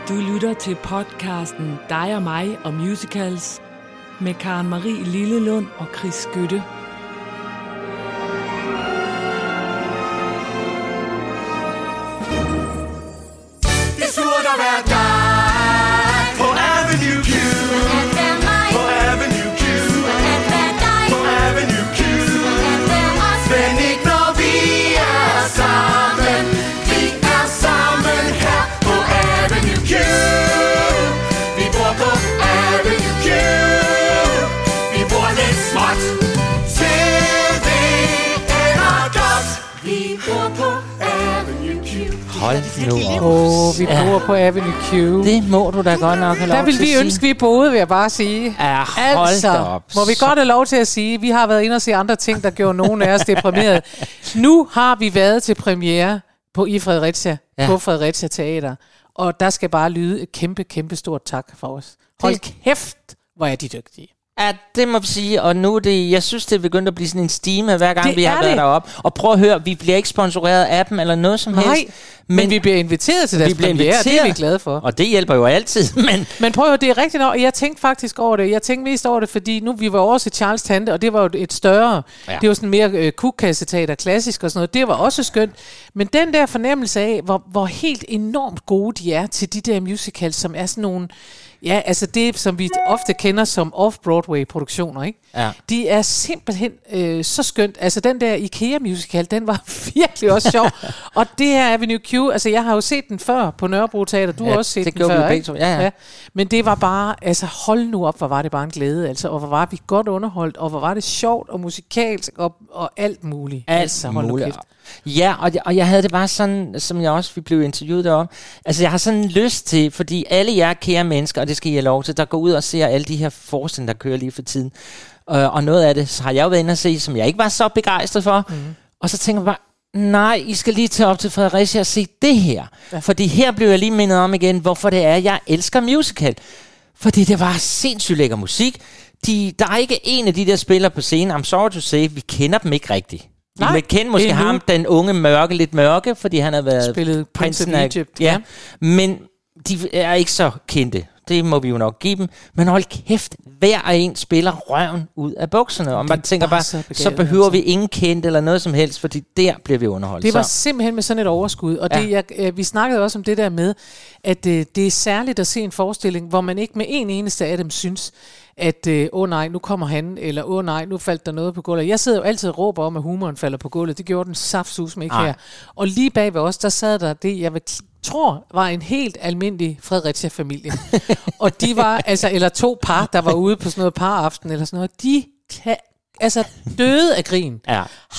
Du lytter til podcasten Dig og mig og musicals med Karen Marie Lillelund og Chris Skytte. Det er surt at være dig på Avenue Q. På Avenue Q. På Avenue Q. Men ikke når vi er sammen. Vi er sammen her på Avenue Q. Vi bor på Avenue Q. Vi bor lidt småt til det ender godt. Vi bor på Avenue Q. Hold nu op. Vi bor på Avenue Q. Det må du da godt nok have lov til at sige. Der vil vi ønske, vi boede, vil jeg bare sige. Ja, hold da op. Må vi godt have lov til at sige, vi har været inde og se andre ting, der gjorde nogen af os deprimeret. Nu har vi været til premiere i Fredericia, på Fredericia Teater. Og der skal bare lyde et kæmpe, kæmpe stort tak for os. Hold kæft, hvor er de dygtige. Ja, det må vi sige, og nu er det, jeg synes, det er begyndt at blive sådan en stime, hver gang vi har været deroppe. Og prøv at høre, vi bliver ikke sponsoreret af dem eller noget som helst. Men vi bliver inviteret til deres premiere, det er vi glade for. Og det hjælper jo altid. Men prøv at høre, det er rigtigt nok, jeg tænkte faktisk over det. Jeg tænkte mest over det, fordi nu vi var over til Charles Tante, og det var jo et større, det var sådan mere kukkasseteater, klassisk og sådan noget. Det var også skønt. Men den der fornemmelse af, hvor helt enormt gode de er til de der musicals, som er sådan nogle... Ja, altså det, som vi ofte kender som off-Broadway-produktioner, ikke? Ja. De er simpelthen så skønt. Altså den der IKEA-musical, den var virkelig også sjov. Og det her Avenue Q, altså jeg har jo set den før på Nørrebro Teater. Du har også set den før, ikke? Ja. Men det var bare, altså hold nu op, hvor var det bare en glæde. Altså, og hvor var vi godt underholdt, og hvor var det sjovt og musikalsk og alt muligt. Alt muligt. Ja, og jeg havde det bare sådan, som jeg også vi blev interviewet om. Altså jeg har sådan lyst til, fordi alle jer kære mennesker, og det skal I have lov til, der går ud og ser alle de her forestillinger, der kører lige for tiden. Og noget af det så har jeg jo været inde og se, som jeg ikke var så begejstret for. Og så tænker jeg bare, nej, I skal lige tage op til Fredericia og se det her. Ja. Fordi her blev jeg lige mindet om igen, hvorfor det er, jeg elsker musical. Fordi det var sindssygt lækker musik. Der er ikke en af de der spillere på scenen, I'm sorry to say, vi kender dem ikke rigtigt. Vi kender måske ham, den unge lidt mørke, fordi han har været spillet Prince of Egypt. Ja, men de er ikke så kendte. Det må vi jo nok give dem. Men hold kæft, hver og en spiller røven ud af bukserne. Og man tænker bare, så behøver vi ingen kendt eller noget som helst, fordi der bliver vi underholdt. Det var simpelthen med sådan et overskud. Og vi snakkede også om det der med, at det er særligt at se en forestilling, hvor man ikke med en eneste af dem synes, at nej, nu kommer han, eller nej, nu faldt der noget på gulvet. Jeg sidder jo altid og råber om, at humoren falder på gulvet. Det gjorde den saftsus med ikke her. Og lige bag ved os, der sad der det, jeg tror var en helt almindelig Fredericia-familie. Og de var, altså, eller 2 par, der var ude på sådan noget paraften, eller sådan noget. De døde af grin. Ja.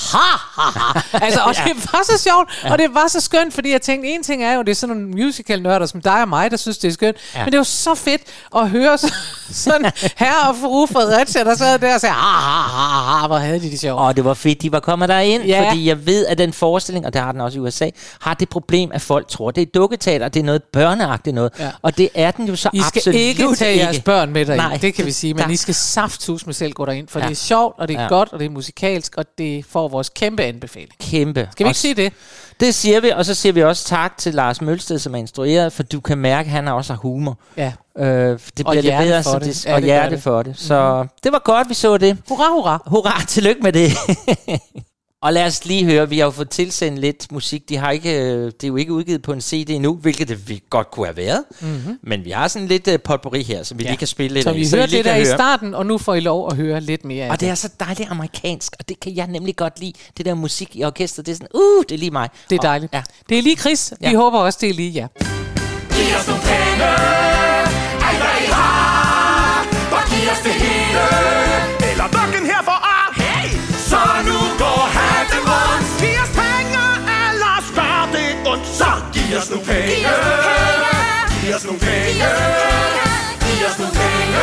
Altså, og det var så sjovt, og det var så skønt, fordi jeg tænkte, en ting er jo, det er sådan nogle musical-nørder som dig og mig, der synes, det er skønt, men det var så fedt at høre sådan herre og fru Fredericia, der sad der og sagde, hvor havde de det sjovt. Og det var fedt, de var kommet derind, fordi jeg ved, at den forestilling, og det har den også i USA, har det problem, at folk tror, det er dukketeater, det er noget børneagtigt noget, og det er den jo så absolut ikke. I skal ikke tage jeres børn med derind, det kan vi sige, men I skal saftsus med selv gå derind, for det er sjovt, og det er godt, og det er musikalsk, og det får vores kæmpe anbefaling. Kæmpe. Skal vi ikke sige det? Det siger vi, og så siger vi også tak til Lars Mølsted, som er instrueret, for du kan mærke, at han også har humor. Ja. Det bliver det bedre, for det. Og hjerte for det. Så det var godt, vi så det. Hurra, hurra. Hurra, tillykke med det. Og lad os lige høre, vi har jo fået tilsendt lidt musik. Det er jo ikke udgivet på en CD endnu, hvilket det godt kunne have været. Men vi har sådan lidt potpourri her, som vi lige kan spille lidt. Så vi hørte det der i starten, og nu får I lov at høre lidt mere af og det er så dejligt amerikansk, og det kan jeg nemlig godt lide. Det der musik i orkestret, det er sådan, det er lige mig. Det er dejligt. Det er lige Chris. Vi håber også, det er lige jer. Giv os nogle penge, alt hvad I har. Bare giv os det hele, eller bakken her for hey! Så nu går hatten rundt. Giv os penge, ellers gør det ondt. Så giv os nogle penge. Giv os nogle penge. Giv os nogle penge.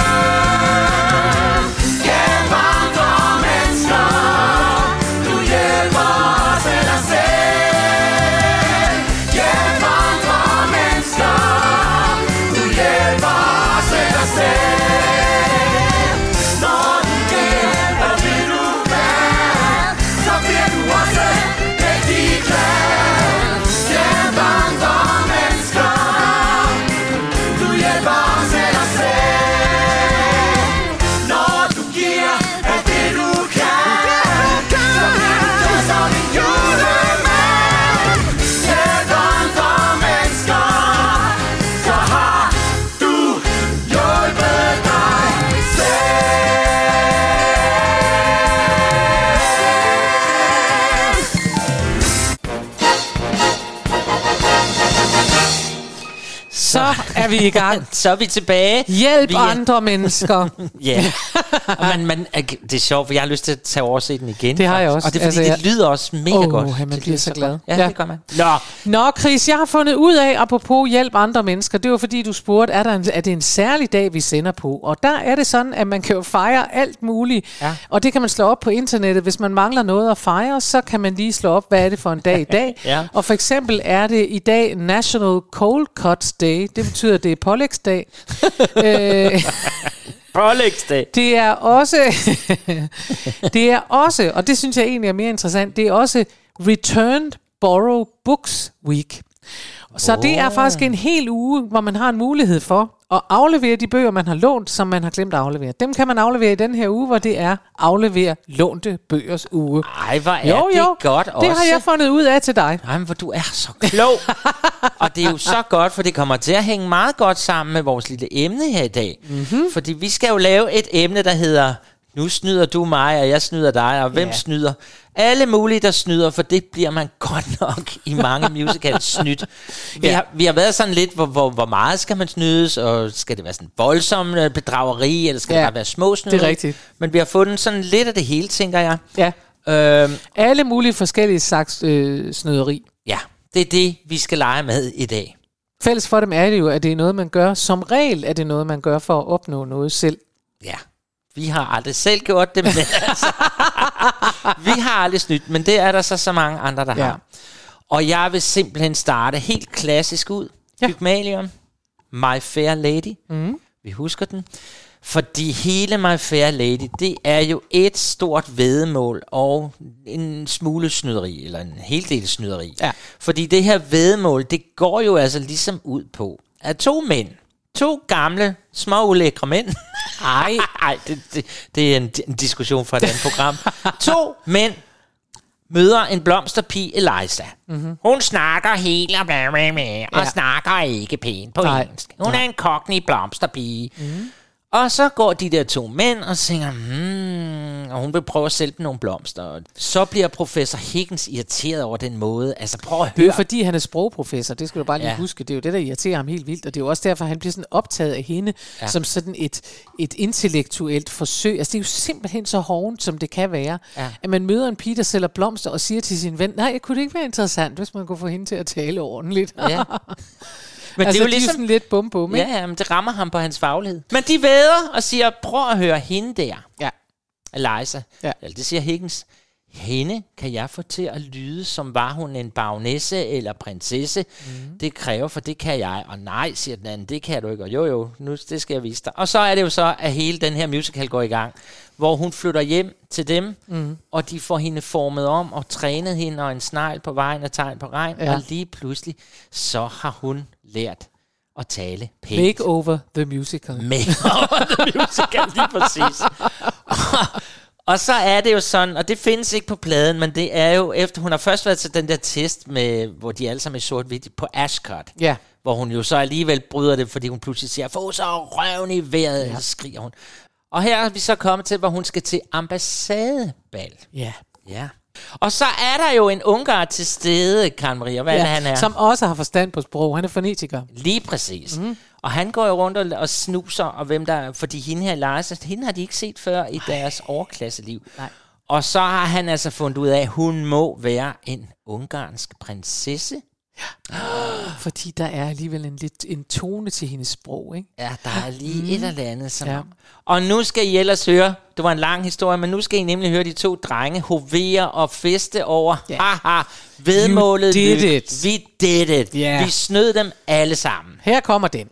Hjælp andre mennesker. Du hjælper os eller selv. Hjælp andre mennesker. er vi i gang. Så er vi tilbage. Hjælp andre mennesker. Ja. Det er sjovt, for jeg har lyst til at tage over og se den igen. Det har jeg også. Og det er fordi, det lyder også mega godt. Man bliver så glad. Ja, det gør man. Nå, Chris, jeg har fundet ud af, apropos hjælp andre mennesker, det var fordi, du spurgte, er det en særlig dag, vi sender på? Og der er det sådan, at man kan jo fejre alt muligt. Ja. Og det kan man slå op på internettet. Hvis man mangler noget at fejre, så kan man lige slå op, hvad er det for en dag i dag. Ja. Og for eksempel er det i dag National Cold Cuts Day. Det betyder, at det er pålægsdag. Pålægsdag. Det er også, og det synes jeg egentlig er mere interessant, det er også Returned Borrow Books Week. Så det er faktisk en hel uge, hvor man har en mulighed for at aflevere de bøger, man har lånt, som man har glemt at aflevere. Dem kan man aflevere i den her uge, hvor det er aflevere lånte bøgers uge. Ej, hvor er det godt også. Det har jeg fundet ud af til dig. Ej, men hvor du er så klog. Og det er jo så godt, for det kommer til at hænge meget godt sammen med vores lille emne her i dag. Mm-hmm. Fordi vi skal jo lave et emne, der hedder, nu snyder du mig, og jeg snyder dig, og hvem snyder? Alle mulige, der snyder, for det bliver man godt nok i mange musicals snydt. Vi har været sådan lidt, hvor meget skal man snydes, og skal det være sådan voldsom bedrageri, eller skal det bare være små snyderi? Det er rigtigt. Men vi har fundet sådan lidt af det hele, tænker jeg. Ja. Alle mulige forskellige slags snyderi. Ja, det er det, vi skal lege med i dag. Fælles for dem er det jo, at det er noget, man gør. Som regel er det noget, man gør for at opnå noget selv. Ja. Vi har aldrig selv gjort det, men altså, vi har aldrig snydt, men det er der så mange andre, der har. Og jeg vil simpelthen starte helt klassisk ud. Pygmalion, My Fair Lady. Vi husker den. Fordi hele My Fair Lady, det er jo et stort væddemål og en smule snyderi, eller en hel del snyderi. Ja. Fordi det her væddemål, det går jo altså ligesom ud på, at to gamle, små ulækre mænd. Ej, det er en diskussion fra et andet program. 2 mænd møder en blomsterpige, Eliza. Mm-hmm. Hun snakker helt og snakker ikke pænt på engelsk. Hun er en cockney blomsterpige. Mm-hmm. Og så går de der 2 mænd og synger, og hun vil prøve at sælge dem nogle blomster. Så bliver professor Higgins irriteret over den måde. Altså prøv at høre. Det er jo fordi, han er sprogprofessor, det skal du bare lige huske. Det er jo det, der irriterer ham helt vildt, og det er jo også derfor, han bliver sådan optaget af hende, som sådan et intellektuelt forsøg. Altså det er jo simpelthen så hovent, som det kan være, at man møder en pige, der sælger blomster, og siger til sin ven, nej, kunne det ikke være interessant, hvis man kunne få hende til at tale ordentligt? Ja. Men altså, det er jo ligesom sådan lidt bum, ikke? Ja, men det rammer ham på hans faglighed. Men de væder og siger, prøv at høre hende der. Ja. Eliza. Ja. Eller det siger Higgins. Hende kan jeg få til at lyde, som var hun en baronesse eller prinsesse. Det kræver, for det kan jeg. Og nej, siger den anden, det kan du ikke. Og jo, nu det skal jeg vise dig. Og så er det jo så, at hele den her musical går i gang, hvor hun flytter hjem til dem, og de får hende formet om og trænet hende, og en snegl på vejen og tegn på regn. Ja. Og lige pludselig, så har hun lært at tale pænt. Make over the musical. Make over the musical, lige præcis. Og så er det jo sådan, og det findes ikke på pladen, men det er jo efter, hun har først været til den der test, med, hvor de alle sammen er sort-hvidt på Ascot. Ja. Hvor hun jo så alligevel bryder det, fordi hun pludselig siger, få så røven i vejret, og så skriger hun. Og her er vi så kommet til, hvor hun skal til ambassadebal. Ja. Ja. Og så er der jo en ungar til stede, Karen Marie, hvad han er. Som også har forstand på sprog. Han er fonetiker. Lige præcis. Og han går jo rundt og snuser, og hvem der, fordi hende her, Lars, hende har de ikke set før i deres overklasseliv. Nej. Og så har han altså fundet ud af, at hun må være en ungarsk prinsesse. Ja. Fordi der er alligevel en tone til hendes sprog, ikke? Ja, der er lige et eller andet. Som Og nu skal I ellers høre, det var en lang historie, men nu skal I nemlig høre de 2 drenge hovere og feste over. Haha, vedmålet løb. Vi did it. Yeah. Vi snød dem alle sammen. Her kommer den.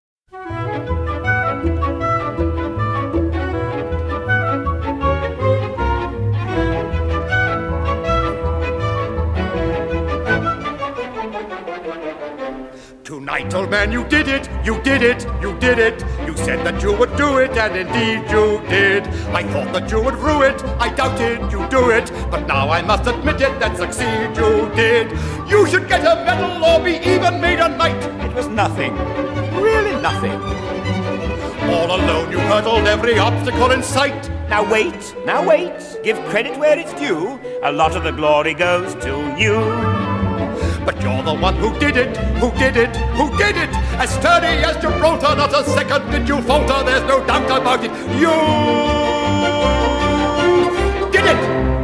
Tonight, old man, you did it, you did it, you did it. You said that you would do it, and indeed you did. I thought that you would rue it, I doubted you'd do it. But now I must admit it, that succeed you did. You should get a medal or be even made a knight. It was nothing, really nothing. All alone you hurdled every obstacle in sight. Now wait, give credit where it's due. A lot of the glory goes to you. But you're the one who did it, who did it, who did it. As sturdy as Gibraltar, not a second did you falter. There's no doubt about it. You did it.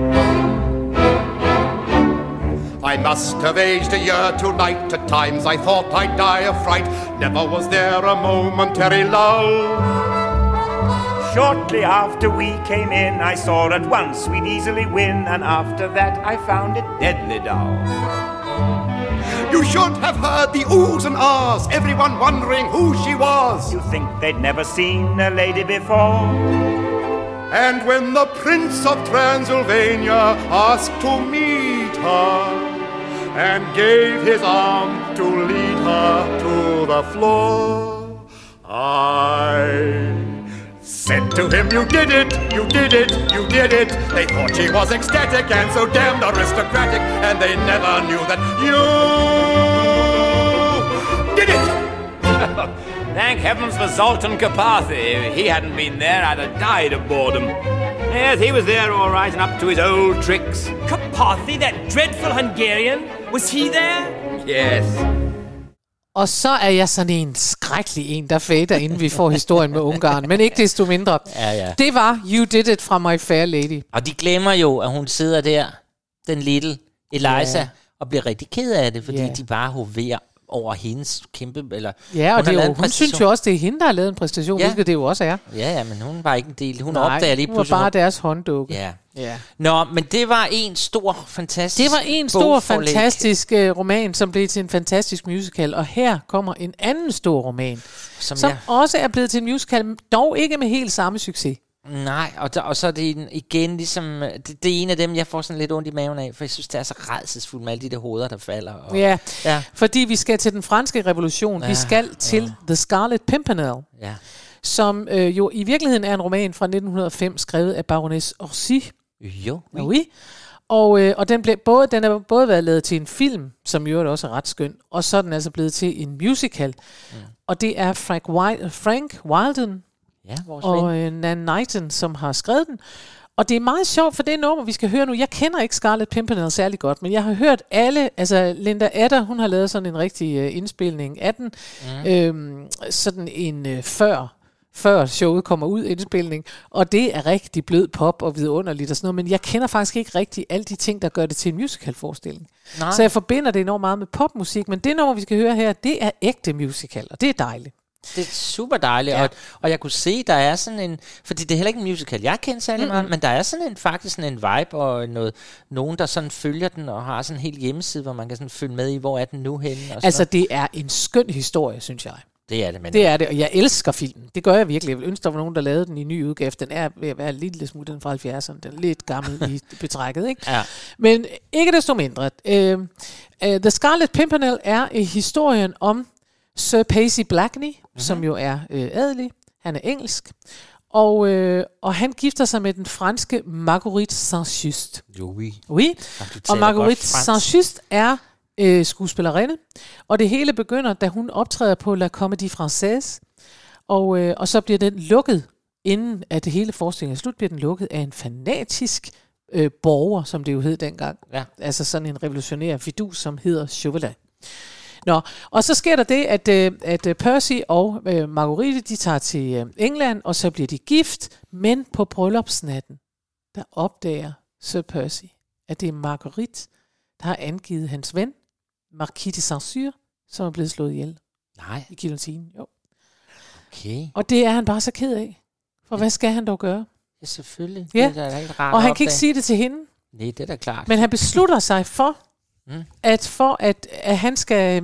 I must have aged a year tonight. At times I thought I'd die of fright. Never was there a momentary lull. Shortly after we came in, I saw at once we'd easily win, and after that I found it deadly dull. You should have heard the oohs and ahs, everyone wondering who she was. You think they'd never seen a lady before? And when the Prince of Transylvania asked to meet her and gave his arm to lead her to the floor, I said to him, you did it, you did it, you did it. They thought she was ecstatic and so damned aristocratic, and they never knew that you did it. Thank heavens for Zoltan Carpathy. If he hadn't been there, I'd have died of boredom. Yes, he was there all right and up to his old tricks. Carpathy, that dreadful Hungarian? Was he there? Yes. Og så er jeg sådan en skrækkelig en, der fader, inden vi får historien med Ungarn. Men ikke desto mindre. Ja. Det var You Did It fra My Fair Lady. Og de glemmer jo, at hun sidder der, den lille Eliza, og bliver rigtig ked af det, fordi de bare hoverer over hendes kæmpe... Eller, ja, og hun synes jo også, det er hende, der har lavet en præstation, hvilket det jo også er. Ja, men hun var ikke en del. Hun opdager lige pludselig... hun var bare deres hånddukke. Ja. Nå, men det var en stor, fantastisk... Det var en stor, fantastisk roman, som blev til en fantastisk musical. Og her kommer en anden stor roman, som også er blevet til en musical, dog ikke med helt samme succes. Nej, og så er det igen ligesom... Det er en af dem, jeg får sådan lidt ondt i maven af, for jeg synes, det er så rædselsfuldt med alle de der hoveder, der falder. Og, ja, fordi vi skal til den franske revolution. Vi skal til The Scarlet Pimpernel. Ja. Som jo i virkeligheden er en roman fra 1905, skrevet af baroness Orsi. Jo. Oui. Og den er både været lavet til en film, som jo også er ret skøn, og så er den altså blevet til en musical. Og det er Frank Wilden og Nan Knighton, som har skrevet den. Og det er meget sjovt, for det nummer, vi skal høre nu. Jeg kender ikke Scarlet Pimpernel særlig godt, men jeg har hørt alle, altså Linda Adder, hun har lavet sådan en rigtig indspilning af den. Sådan en før showet kommer ud, indspilning, og det er rigtig blød pop og vidunderligt og sådan noget, men jeg kender faktisk ikke rigtig alle de ting, der gør det til en musical-forestilling. Nej. Så jeg forbinder det enormt meget med popmusik, men det nummer, vi skal høre her, det er ægte musical, og det er dejligt. Det er super dejligt, og jeg kunne se, der er sådan en, fordi det er heller ikke en musical, jeg kender særlig meget, men der er sådan faktisk sådan en vibe og nogen, der sådan følger den og har sådan en hel hjemmeside, hvor man kan sådan følge med i, hvor er den nu henne. Og altså, det er en skøn historie, synes jeg. Det er det, men... Det er det, og jeg elsker filmen. Det gør jeg virkelig. Jeg vil ønske, der var nogen, der lavede den i ny udgave. Den er ved at være en lille smule den fra 70'erne. Den er lidt gammel i betrækket, ikke? Ja. Men ikke desto mindre. The Scarlet Pimpernel er historien om Sir Percy Blakeney, som jo er adelig. Han er engelsk. Og han gifter sig med den franske Marguerite Saint-Just. Oui. Og Marguerite Saint-Just er skuespillerinde, og det hele begynder, da hun optræder på La Comédie Française, og så bliver den lukket, inden at det hele forestillingen er slut, bliver den lukket af en fanatisk borger, som det jo hed dengang. Ja. Altså sådan en revolutionær fidus, som hedder Chauvelin. Nå, og så sker der det, at Percy og Marguerite, de tager til England, og så bliver de gift, men på bryllupsnatten, der opdager Sir Percy, at det er Marguerite, der har angivet hans ven, Marquis de Saint-Cyr, som er blevet slået ihjel. Nej. I guillotinen, jo. Okay. Og det er han bare så ked af. For hvad skal han dog gøre? Ja, selvfølgelig. Ja. Det er da helt rart og han kan ikke sige det til hende. Nej, det er da klart. Men han beslutter sig for, at han skal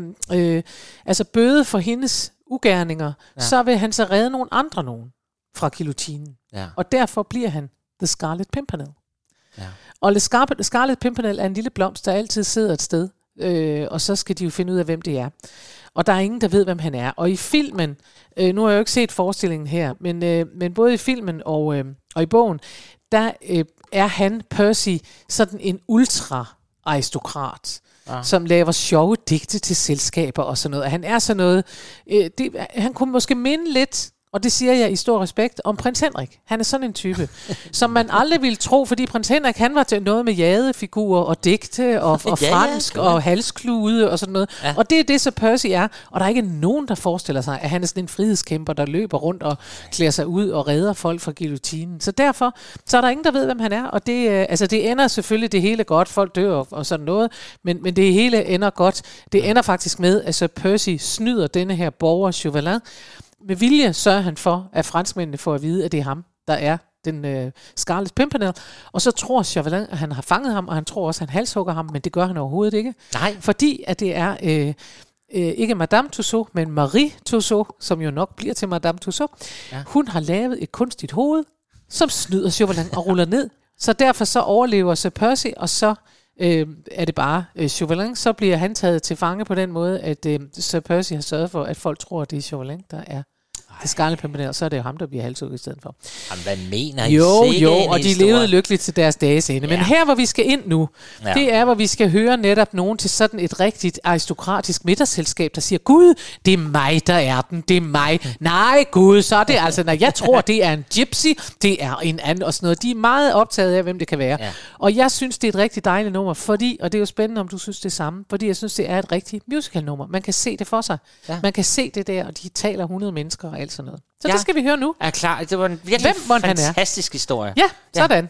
bøde for hendes ugerninger, så vil han så redde nogle andre fra guillotinen. Ja. Og derfor bliver han The Scarlet Pimpernel. Ja. Og Scarlet Pimpernel er en lille blomst, der altid sidder et sted, og så skal de jo finde ud af, hvem det er. Og der er ingen, der ved, hvem han er. Og i filmen, nu har jeg jo ikke set forestillingen her, men både i filmen og i bogen, der er han, Percy, sådan en ultra-aristokrat, som laver sjove digte til selskaber og sådan noget. Han er sådan noget, han kunne måske minde lidt Og det siger jeg i stor respekt om prins Henrik. Han er sådan en type, som man aldrig ville tro, fordi prins Henrik, han var til noget med jadefigurer og digte og fransk og halsklude og sådan noget. Ja. Og det er det, så Percy er. Og der er ikke nogen, der forestiller sig, at han er sådan en frihedskæmper, der løber rundt og klæder sig ud og redder folk fra guillotinen. Så derfor, så er der ingen, der ved, hvem han er. Og det ender selvfølgelig det hele godt. Folk dør og sådan noget. Men det hele ender godt. Det ender faktisk med, at så Percy snyder denne her borger Chauvelin. Med vilje sørger han for, at franskmændene får at vide, at det er ham, der er den Scarlet Pimpernel. Og så tror Chauvelin, at han har fanget ham, og han tror også, at han halshugger ham, men det gør han overhovedet ikke. Nej. Fordi at det er ikke Madame Tussaud, men Marie Tussaud, som jo nok bliver til Madame Tussaud. Ja. Hun har lavet et kunstigt hoved, som snyder Chauvelin og ruller ned. Så derfor så overlever Sir Percy, og så er det bare Chauvelin, så bliver han taget til fange på den måde, at Sir Percy har sørget for, at folk tror, at det er Chauvelin, der er det Scarlet Pimpernel, og så er det jo ham, der bliver halshugget i stedet for. Jamen, hvad mener I? Jo, og de levede lykkeligt til deres dages ende. Men her, hvor vi skal ind nu, det er, hvor vi skal høre netop nogen til sådan et rigtigt aristokratisk middagsselskab, der siger, Gud, det er mig, der er den, det er mig. Nej, Gud, så er det altså, når jeg tror, det er en gypsy, det er en anden og sådan noget. De er meget optaget af, hvem det kan være. Ja. Og jeg synes, det er et rigtig dejligt nummer, fordi, og det er jo spændende, om du synes det samme, fordi jeg synes, det er et rigtig musical-nummer. Man kan se det for sig. Ja. Man kan se det der, og de taler 100 mennesker og alt sådan noget. Så det skal vi høre nu. Er klar. Det var en virkelig fantastisk historie. Ja, sådan.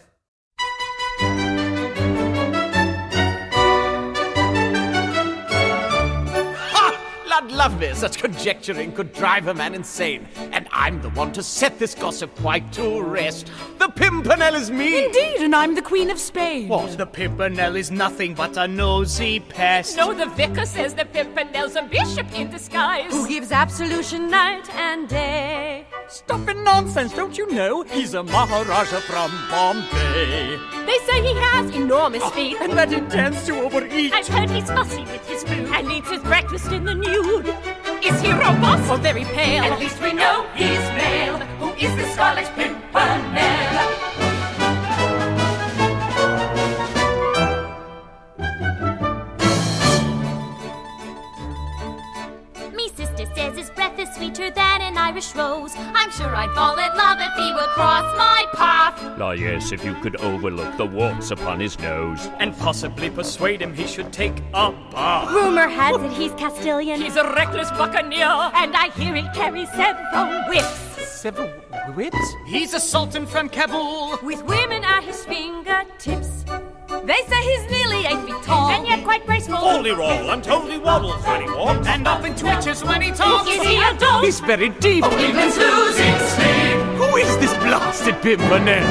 Love me, such conjecturing could drive a man insane. And I'm the one to set this gossip quite to rest. The Pimpernel is me. Indeed, and I'm the Queen of Spain. What? The Pimpernel is nothing but a nosy pest. No, the vicar says the Pimpernel's a bishop in disguise, who gives absolution night and day. Stop the nonsense, don't you know? He's a Maharaja from Bombay. They say he has enormous feet, and that he tends to overeat. I've heard he's fussy with his food, and eats his breakfast in the nude. Is he robust or very pale? At least we know he's male. Who is the Scarlet Pimpernel? Me sister says his breath is sweeter than an Irish rose. I'm sure I'd fall in love if he would cross my path. Ah, yes, if you could overlook the warts upon his nose. And possibly persuade him he should take a bath. Rumor has it he's Castilian. He's a reckless buccaneer, and I hear he carries several whips. Several whips? He's a sultan from Kabul, with women at his fingertips. They say he's nearly 8 feet tall, and yet quite graceful. Holy roll, I'm totally wobbles when he walks, and often twitches when he talks. Is he a dog? He's very deep. Oh, England's losing sleep. Who is this blasted Pimpernel?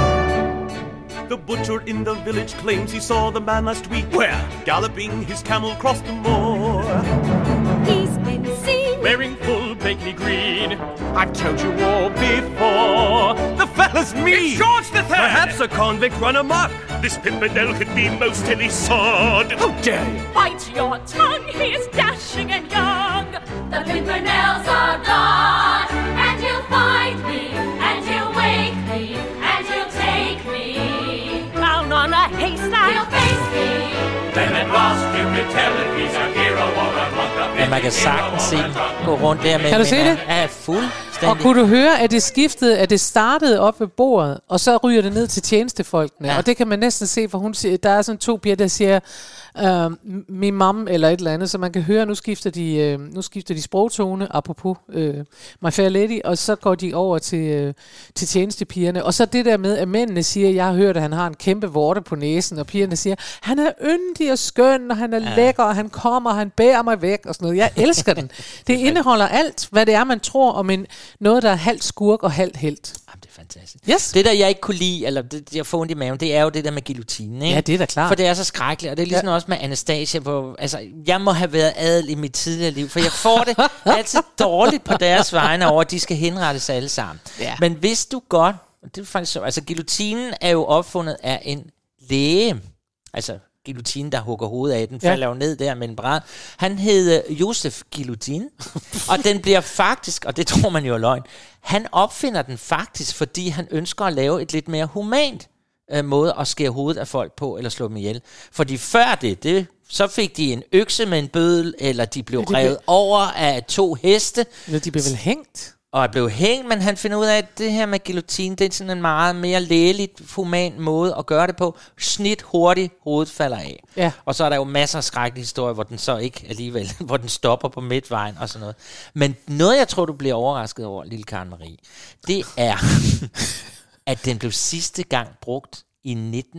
The butcher in the village claims he saw the man last week. Where? Galloping his camel across the moor. He's been seen wearing full Bakley green. I've told you all before. The fella's me. It's George the Third. Perhaps a convict run amok. This Pimpernel could be most illy sawed. How dare you? Bite your tongue, he is dashing and young. The Pimpernels are gone, and you'll find me, and you'll wake me, and you'll take me. Down on a haystack, he'll face me. Then at last you can tell if he's a hero or a monk of Men man kan sagtens se gå rundt der med. Kan du se det? Ja, fuldstændig. Og kunne du høre, at det skiftede, at det startede op ved bordet, og så ryger det ned til tjenestefolkene. Ja. Og det kan man næsten se, for hun siger, der er sådan 2 piger, der siger, min mam eller et eller andet, så man kan høre, nu skifter de sprogtone, apropos My Fair Lady, og så går de over til tjenestepigerne. Og så det der med, at mændene siger, jeg har hørt, at han har en kæmpe vorte på næsen, og pigerne siger, han er yndig og skøn, og han er lækker, og han kommer, og han bærer mig væk, og sådan noget. Jeg elsker den. Det indeholder alt, hvad det er, man tror om noget, der er halvt skurk og halvt helt. Jamen, det er fantastisk. Yes. Det der, jeg ikke kunne lide, eller det, jeg får ondt i maven, det er jo det der med guillotinen, ikke? Ja, det er da klart. For det er så skrækkeligt, og det er ligesom også med Anastasia, hvor, altså, jeg må have været adel i mit tidligere liv, for jeg får det altid dårligt på deres vegne over, at de skal henrettes alle sammen. Ja. Men hvis du godt, det er faktisk så, altså guillotinen er jo opfundet af en læge, altså guillotinen, der hugger hovedet af, den falder jo ned der med en bræd. Han hed Joseph Guillotine, og den bliver faktisk, og det tror man jo er løgn, han opfinder den faktisk, fordi han ønsker at lave et lidt mere humant måde at skære hovedet af folk på, eller slå dem ihjel. Fordi før det, så fik de en økse med en bøddel, eller de blev revet over af 2 heste. Eller de blev vel hængt? og er blevet hængt, men han finder ud af, at det her med guillotine, det er sådan en meget mere lægeligt, human måde at gøre det på. Snit hurtigt, hovedet falder af. Ja. Og så er der jo masser af skrækkelige historier, hvor den så ikke alligevel, hvor den stopper på midtvejen og sådan noget. Men noget, jeg tror, du bliver overrasket over, lille Karen Marie, det er, at den blev sidste gang brugt i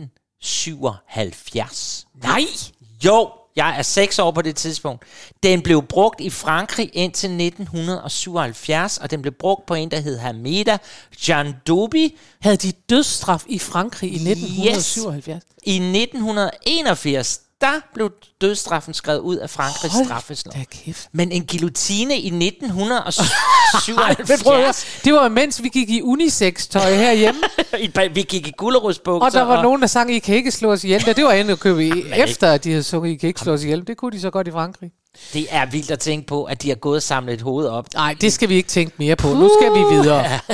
1977. Nej! Jo! Jeg er 6 år på det tidspunkt. Den blev brugt i Frankrig indtil 1977, og den blev brugt på en, der hed Hamida Jandobi. Havde de dødsstraf i Frankrig i 1977? Yes. I 1981, der blev dødsstraffen skrevet ud af Frankrigs straffeslov. Men en guillotine i 1977. Det var mens vi gik i unisex-tøj herhjemme. Vi gik i gulerodsbukser. Og der var nogen, der sang, I kan ikke slå os ihjel. Det var endnu at købe efter, at de havde sunget, I kan ikke slå os ihjel. Det kunne de så godt i Frankrig. Det er vildt at tænke på, at de har gået og samlet et hoved op. Nej, det skal vi ikke tænke mere på. Nu skal vi videre. Ja.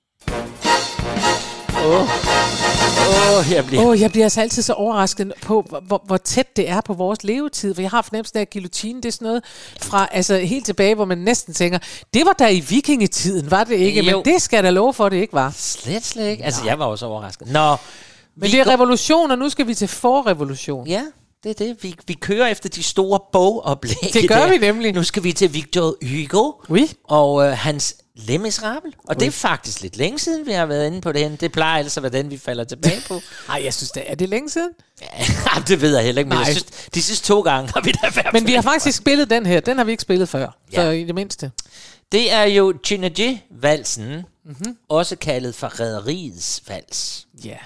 Jeg bliver altså altid så overrasket på, hvor tæt det er på vores levetid. For jeg har fornemmelsen af, at guillotine, det er sådan noget fra, altså helt tilbage, hvor man næsten tænker, det var der i vikingetiden, var det ikke? Jo. Men det skal der love for, det ikke var. Slet ikke. Altså, jeg var også overrasket. Men det er revolution, og nu skal vi til forrevolution. Ja, det er det. Vi kører efter de store bogoplæg. Det gør vi nemlig. Nu skal vi til Victor Hugo. Oui. Og hans Les Misérables. Og det er faktisk lidt længe siden, vi har været inde på det. Det plejer altså at være den, vi falder tilbage på. Nej, jeg synes, er det længe siden? Ja, det ved jeg heller ikke, men jeg synes, de sidste 2 gange har vi da været. Men vi har faktisk spillet den her. Den har vi ikke spillet før, så i det mindste. Det er jo Thénardier-valsen, også kaldet for Rederiets vals. Ja.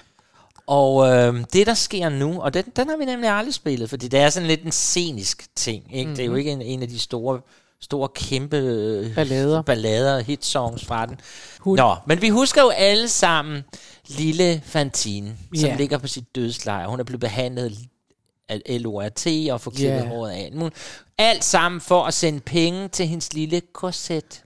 Og det, der sker nu, og den har vi nemlig aldrig spillet, fordi det er sådan lidt en scenisk ting, ikke? Det er jo ikke en af de store kæmpe ballader, hitsongs fra den. Men vi husker jo alle sammen lille Fantine, som ligger på sit dødsleje. Hun er blevet behandlet af LORT og får klippet håret af. Alt sammen for at sende penge til hendes lille Cosette,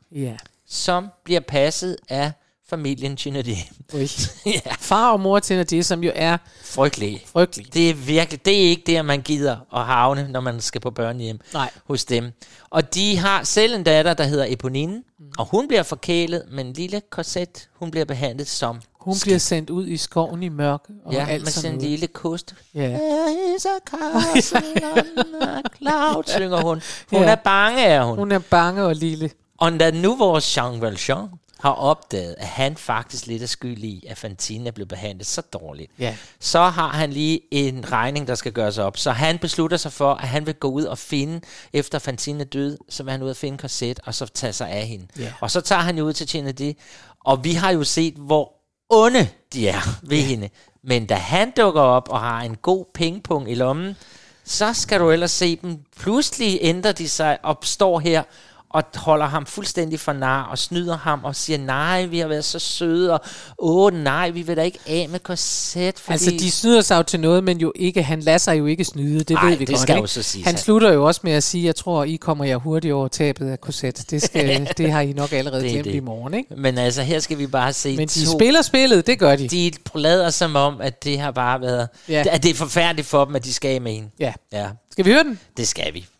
som bliver passet af familien Thénardier. Far og mor Thénardier, som jo er frygtelig. Det er virkelig, det er ikke der, man gider at havne, når man skal på børnehjem hos dem. Og de har selv en datter, der hedder Eponine, og hun bliver forkælet, men lille Cosette, hun bliver behandlet som hun bliver sendt ud i skoven i mørke. Og alt med sådan en lille kost. There is a castle on a cloud, synger hun. Hun er bange, er hun. Hun er bange og lille. Og da nu vores Jean Valjean har opdaget, at han faktisk lidt er skyld i, at Fantine er blevet behandlet så dårligt, så har han lige en regning, der skal gøres op. Så han beslutter sig for, at han vil gå ud og finde, efter Fantine er død, så vil han ud og finde Cosette, og så tage sig af hende. Og så tager han jo ud til Thénardier, og vi har jo set, hvor onde de er ved hende. Men da han dukker op og har en god pengepung i lommen, så skal du ellers se dem. Pludselig ændrer de sig og står her og holder ham fuldstændig for nar og snyder ham og siger, nej, vi har været så søde, og nej, vi vil da ikke af med Cosette. Fordi altså, de snyder sig jo til noget, men jo ikke, han lader sig jo ikke snyde, det ved vi det godt, skal ikke? Jo så siges, han slutter jo også med at sige, jeg tror, I kommer jer hurtigt over tabet af Cosette. Det har I nok allerede glemt i morgen, ikke? Men altså, her skal vi bare se men de spiller spillet, det gør de. De lader som om, at det har bare været, at det er forfærdeligt for dem, at de skal af med en. Ja. Skal vi høre den? Det skal vi.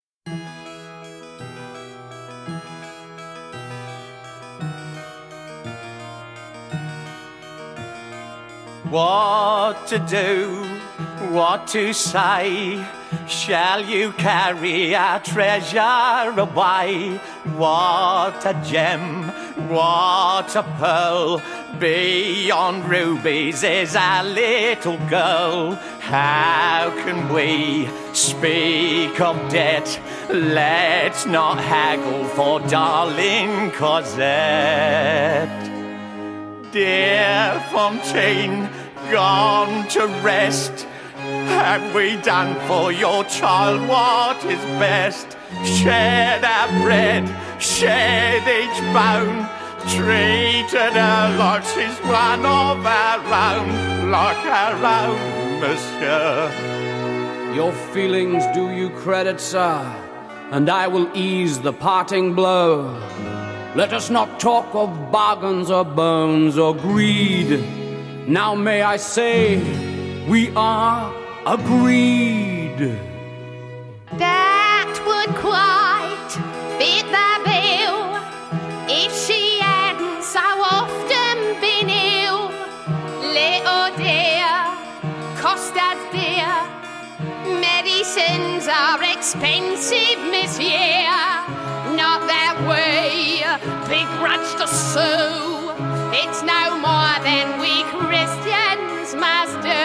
What to do, what to say, shall you carry our treasure away? What a gem, what a pearl, beyond rubies is our little girl. How can we speak of debt? Let's not haggle for darling Cosette. Dear Fontaine, gone to rest, have we done for your child what is best? Shared our bread, shared each bone, treated her like she's one of our own, like our own, monsieur. Your feelings do you credit, sir, and I will ease the parting blow. Let us not talk of bargains or bones or greed. Now may I say, we are agreed. That would quite fit the bill if she Medicines are expensive, Miss Year. Not that way begrudge to sue. It's no more than we Christians must do.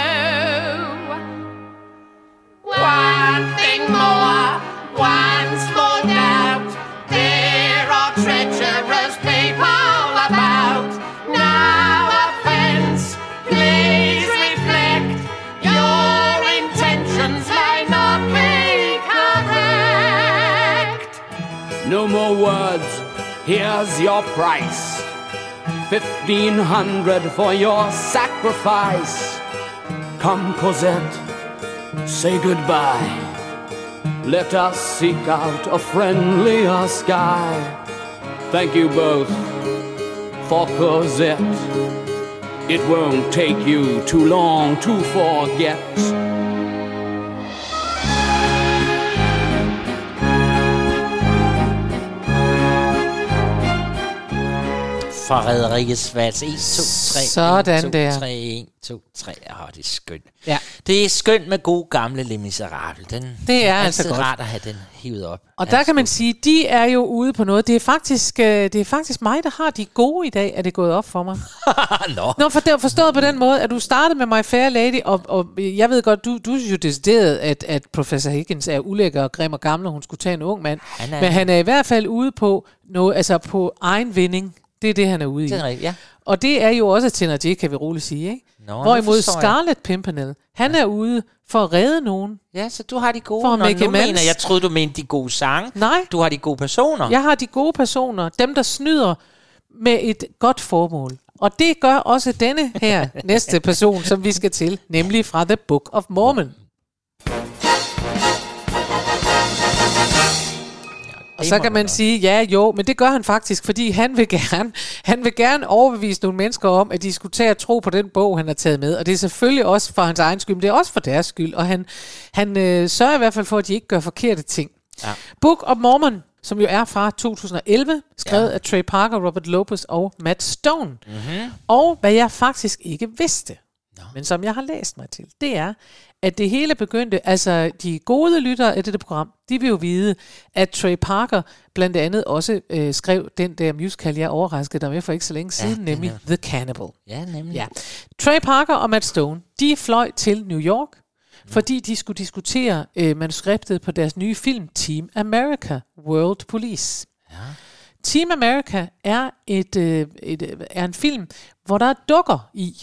One thing more, one small doubt. There are treacherous people about. No offense, please reflect. Your intentions may not be correct. No more words, here's your price. 1,500 for your sacrifice. Come, Cosette, say goodbye. Let us seek out a friendlier sky. Thank you both for Cosette. It won't take you too long to forget. Frederikes Vals. 1, 2, 3. Sådan 1, 2, der. 3, 1, 2, 3. Det er skønt. Ja. Det er skønt med god gamle Les Miserables. Det er altså godt. Rart at have den hivet op. Og der kan man sige, de er jo ude på noget. Det er faktisk mig, der har de gode i dag, er det gået op for mig. Nå, for det er forstået på den måde, at du startede med My Fair Lady, og jeg ved godt, du synes jo decideret, at Professor Higgins er ulækker og grim og gammel, og hun skulle tage en ung mand. Men han er i hvert fald ude på noget, altså på egen vinding. Det er det, han er ude i. Det er rigtigt, ja. Og det er jo også Thénardier, kan vi roligt sige, ikke? Hvorimod Scarlet Pimpernel, han er ude for at redde nogen. Ja, så du har de gode. For at jeg troede, du mente de gode sange. Nej. Du har de gode personer. Jeg har de gode personer. Dem, der snyder med et godt formål. Og det gør også denne her næste person, som vi skal til, nemlig fra The Book of Mormon. Og så kan man sige, ja jo, men det gør han faktisk, fordi han vil gerne overbevise nogle mennesker om, at de skulle tage og tro på den bog, han har taget med. Og det er selvfølgelig også for hans egen skyld, men det er også for deres skyld. Og han sørger i hvert fald for, at de ikke gør forkerte ting. Ja. Book of Mormon, som jo er fra 2011, skrevet af Trey Parker, Robert Lopez og Matt Stone. Mm-hmm. Og hvad jeg faktisk ikke vidste, men som jeg har læst mig til, det er, at det hele begyndte, altså de gode lyttere af dette program, de vil jo vide, at Trey Parker blandt andet også skrev den der musical, jeg overraskede dig med for ikke så længe siden, nemlig The Cannibal. Ja, nemlig. Ja. Trey Parker og Matt Stone, de fløj til New York, fordi de skulle diskutere manuskriptet på deres nye film, Team America, World Police. Ja. Team America er en film, hvor der er dukker i.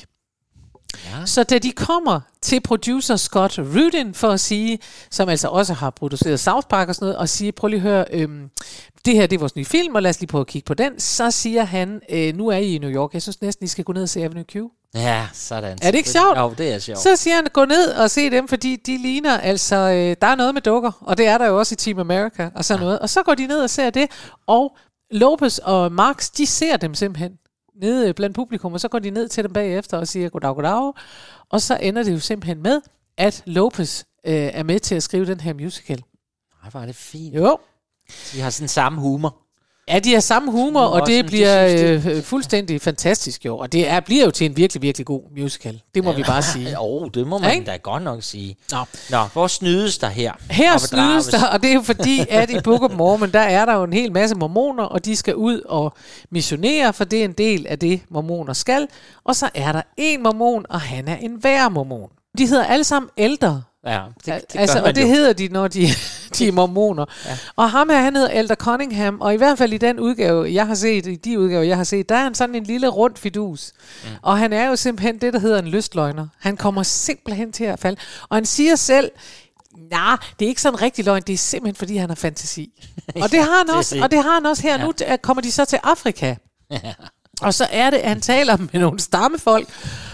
Ja. Så da de kommer til producer Scott Rudin for at sige, som altså også har produceret South Park og sådan noget, og siger, prøv lige at høre, det her det er vores nye film, og lad os lige prøve at kigge på den. Så siger han, nu er I i New York, jeg synes næsten, I skal gå ned og se Avenue Q. Ja, sådan. Er det ikke sjovt? Jo, det er sjovt. Så siger han, gå ned og se dem, fordi de ligner, altså, der er noget med dukker, og det er der jo også i Team America, og sådan noget. Og så går de ned og ser det, og Lopez og Marx, de ser dem simpelthen nede blandt publikum, og så går de ned til dem bagefter og siger goddag. Og så ender det jo simpelthen med, at Lopez er med til at skrive den her musical. Ej, hvor er det fint. Jo. De har sådan samme humor. Ja, de har samme humor, og det bliver fuldstændig fantastisk jo. Og det bliver jo til en virkelig, virkelig god musical. Det må vi bare sige. Det må man da godt nok sige. Nå, hvor snydes der her? Her snydes der, og det er jo fordi, at i Book of Mormon, der er der jo en hel masse mormoner, og de skal ud og missionere, for det er en del af det, mormoner skal. Og så er der en mormon, og han er en værmormon. De hedder alle sammen ældre. Ja, og det hedder de, når de er mormoner. Ja. Og ham her, han hedder Elder Cunningham, og i hvert fald i den udgave, jeg har set, i de udgaver, jeg har set, der er han sådan en lille rund fidus. Og han er jo simpelthen det, der hedder en lystløgner. Han kommer simpelthen til at falde. Og han siger selv, nej, det er ikke sådan en rigtig løgn, det er simpelthen, fordi han har fantasi. Og det har han også, og det har han også her. Ja. Nu kommer de så til Afrika. Ja. Og så er det, at han taler med nogle stammefolk,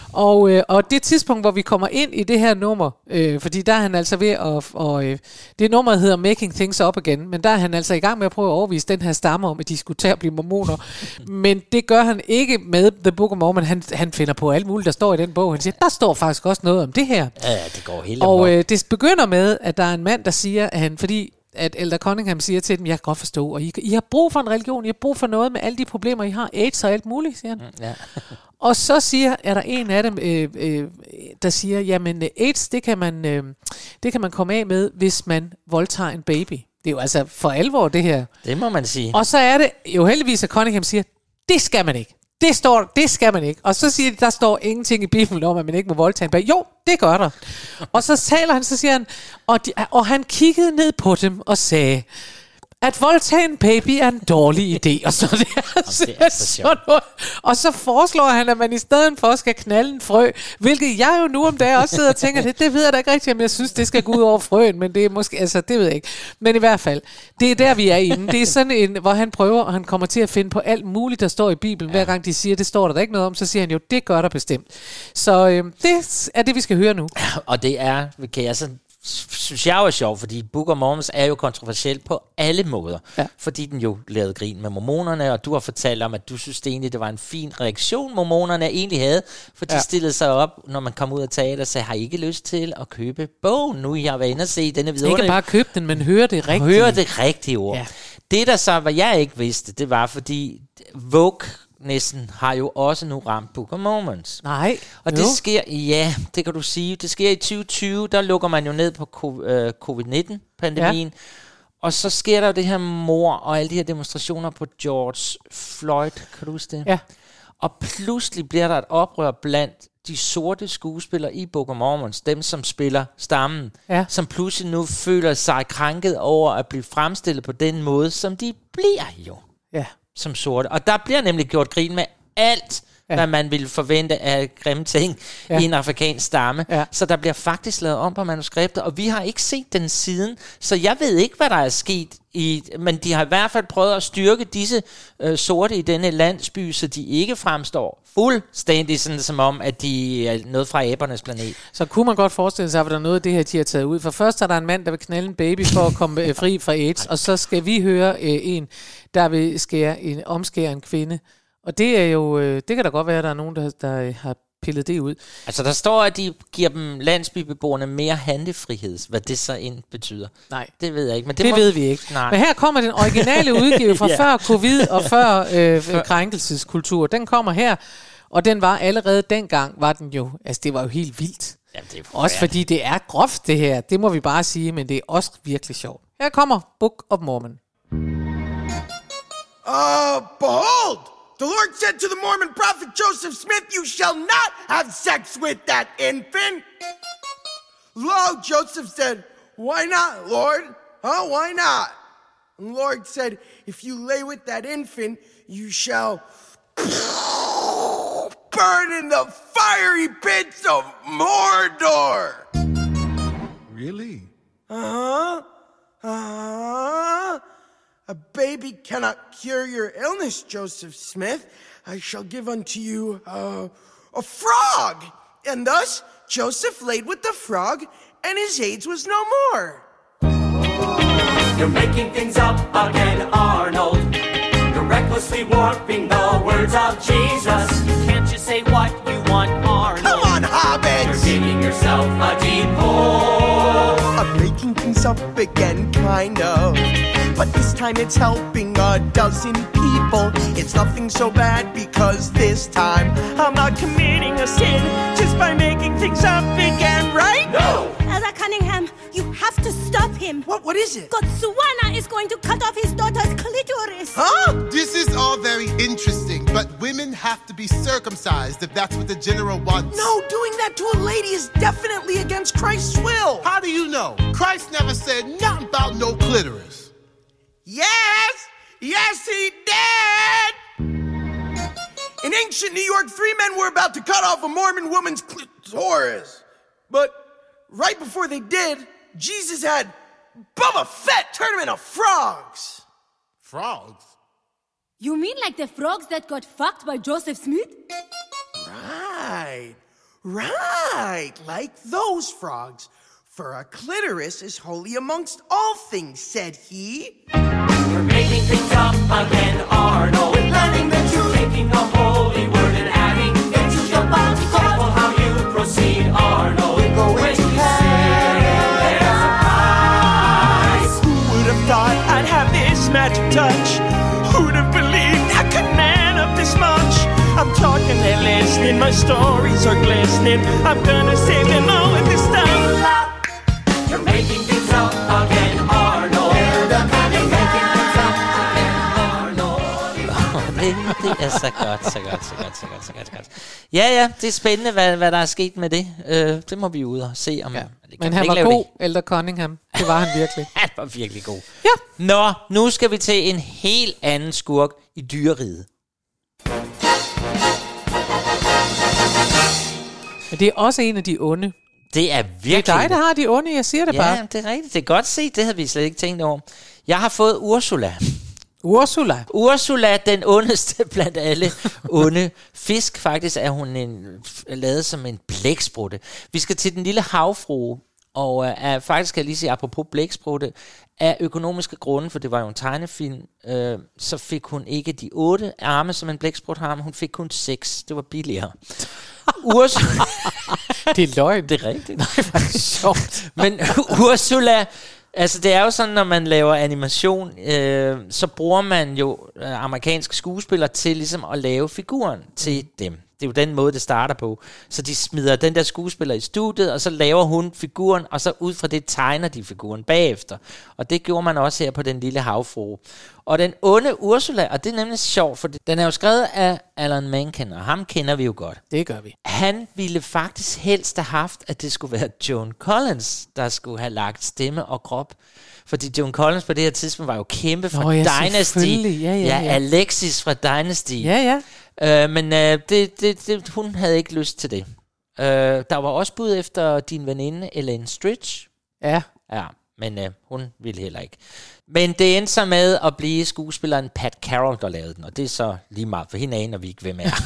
og det tidspunkt, hvor vi kommer ind i det her nummer, fordi der er han altså ved at det nummer hedder Making Things Up Again, men der er han altså i gang med at prøve at overvise den her stamme om, at de skulle tage at blive mormoner. Men det gør han ikke med The Book of Mormon. Han finder på alt muligt, der står i den bog. Han siger, der står faktisk også noget om det her. Ja, det går helt og det begynder med, at der er en mand, der siger, at Elder Cunningham siger til dem, jeg kan godt forstå, og I har brug for en religion, I har brug for noget med alle de problemer, I har, AIDS og alt muligt, siger han. Ja. Og så er der en af dem, der siger, jamen AIDS, det kan man komme af med, hvis man voldtager en baby. Det er jo altså for alvor, det her. Det må man sige. Og så er det jo heldigvis, at Cunningham siger, det skal man ikke. Det skal man ikke. Og så siger de, der står ingenting i Bibelen om, at man ikke må voldtage en baby. Jo, det gør der. Og så taler han, så siger han, og han kiggede ned på dem og sagde, at voldtage en baby er en dårlig idé. Og så og så foreslår han, at man i stedet for skal knalde en frø, hvilket jeg jo nu om dagen også sidder og tænker, det ved jeg da ikke rigtigt, om jeg synes, det skal gå ud over frøen, men det er måske, altså det ved jeg ikke. Men i hvert fald, det er der, vi er inde. Det er sådan en, hvor han prøver, og han kommer til at finde på alt muligt, der står i Bibelen. Hver gang de siger, det står der ikke noget om, så siger han jo, det gør der bestemt. Så det er det, vi skal høre nu. Og det er, kan jeg så synes jeg er sjovt, fordi Book of Mormon er jo kontroversiel på alle måder, fordi den jo lavede grin med mormonerne, og du har fortalt om, at du synes det egentlig, det var en fin reaktion, mormonerne egentlig havde, for de stillede sig op, når man kom ud af teater, og sagde, har I ikke lyst til at købe bogen, nu I har været inde og se denne videre? Ikke bare købe den, men høre det rigtige. Høre det rigtige ord. Ja. Det der så, hvad jeg ikke vidste, det var, fordi Vogue næsten har jo også nu ramt Book of Mormon. Nej. Og det sker, ja, det kan du sige, det sker i 2020, der lukker man jo ned på covid-19-pandemien, og så sker der jo det her mord og alle de her demonstrationer på George Floyd, kan du huske det? Ja. Og pludselig bliver der et oprør blandt de sorte skuespillere i Book of Mormon, dem som spiller stammen, som pludselig nu føler sig krænket over at blive fremstillet på den måde, som de bliver jo. Ja. Som sorte. Og der bliver nemlig gjort grin med alt, hvad man ville forvente af grimme ting i en afrikansk stamme. Ja. Så der bliver faktisk lavet om på manuskripter, og vi har ikke set den siden. Så jeg ved ikke, hvad der er sket men de har i hvert fald prøvet at styrke disse sorte i denne landsby, så de ikke fremstår fuldstændig sådan som om, at de er noget fra æbernes planet. Så kunne man godt forestille sig, at der er noget af det her, de har taget ud. For først er der en mand, der vil knalde en baby for at komme fri fra AIDS, og så skal vi høre en, der vil omskære en kvinde. Og det er jo, det kan da godt være, at der er nogen, der har pillet det ud. Altså der står, at de giver dem landsbybeboerne mere handlefrihed. Hvad det så end betyder. Nej. Det ved jeg ikke. Men det ved vi ikke. Nej. Men her kommer den originale udgave fra før covid og før krænkelseskultur. Den kommer her, og den var allerede dengang, var den jo, altså det var jo helt vildt. Jamen, det er også fordi det er groft det her, det må vi bare sige, men det er også virkelig sjovt. Her kommer Book of Mormon. Behold! The Lord said to the Mormon prophet Joseph Smith, you shall not have sex with that infant. Lo, Joseph said, why not, Lord? Why not? And the Lord said, if you lay with that infant, you shall burn in the fiery pits of Mordor. Really? A baby cannot cure your illness, Joseph Smith. I shall give unto you a frog. And thus Joseph laid with the frog, and his AIDS was no more. You're making things up again, Arnold. You're recklessly warping the words of Jesus. Can't you say what you want, Arnold? Come on, hobbits! You're digging yourself a deep hole. I'm making things up again, kind of. But this time it's helping a dozen people. It's nothing so bad because this time I'm not committing a sin just by making things up again, right? No! Elder Cunningham, you have to stop him. What is it? Gotsuana is going to cut off his daughter's clitoris. Huh? This is all very interesting, but women have to be circumcised if that's what the general wants. No, doing that to a lady is definitely against Christ's will. How do you know? Christ never said nothing about no clitoris. Yes, he did! In ancient New York, 3 men were about to cut off a Mormon woman's clitoris. But right before they did, Jesus had Boba Fett turn him into frogs. Frogs? You mean like the frogs that got fucked by Joseph Smith? Right, like those frogs. For a clitoris is holy amongst all things, said he. You're making things up again, Arnold. We're learning the truth. Taking a holy word and adding it to your body. Careful how you proceed, Arnold. We're going to hell. There's a prize. Who would have thought I'd have this magic touch? Who'd have believed I could man up this much? I'm talking at least listening. My stories are glistening. I'm gonna save them all with this time. You're making things up again, Arnold. You're making things up again, Arnold. Det er så godt. Ja, det er spændende, hvad der er sket med det. Det må vi ud og se om. Ja. Men han var god, Elder Cunningham. Det var han virkelig. Han var virkelig god. Ja. Nå, nu skal vi til en helt anden skurk i dyreriget. Men det er også en af de onde. Det er virkelig... Det er dig, der har de onde, jeg siger det bare. Ja, det er rigtigt. Det er godt set. Det havde vi slet ikke tænkt over. Jeg har fået Ursula. Ursula, den ondeste blandt alle onde fisk. Faktisk er hun lavet som en blæksprutte. Vi skal til den lille havfrue. Og faktisk kan jeg lige sige, apropos blæksprutte, af økonomiske grunde, for det var jo en tegnefilm, så fik hun ikke de 8 arme, som en blæksprut har, men hun fik kun 6. Det var billigere. Ursula... Det er løgn. Det er rigtigt. Nej, hvor er det sjovt. Men Ursula... Altså, det er jo sådan, når man laver animation, så bruger man jo amerikanske skuespillere til ligesom at lave figuren til dem. Det er jo den måde, det starter på. Så de smider den der skuespiller i studiet, og så laver hun figuren, og så ud fra det tegner de figuren bagefter. Og det gjorde man også her på Den Lille Havfrue. Og den onde Ursula, og det er nemlig sjovt, for den er jo skrevet af Alan Menken, og ham kender vi jo godt. Det gør vi. Han ville faktisk helst have haft, at det skulle være Joan Collins, der skulle have lagt stemme og krop. Fordi Joan Collins på det her tidspunkt var jo kæmpe fra Dynasty. Ja, Alexis fra Dynasty. Ja. Men hun havde ikke lyst til det. Der var også bud efter din veninde Elaine Stritch. Ja, men hun ville heller ikke. Men det endte så med at blive skuespilleren Pat Carroll, der lavede den. Og det er så lige meget, for hende aner vi ikke, hvem er.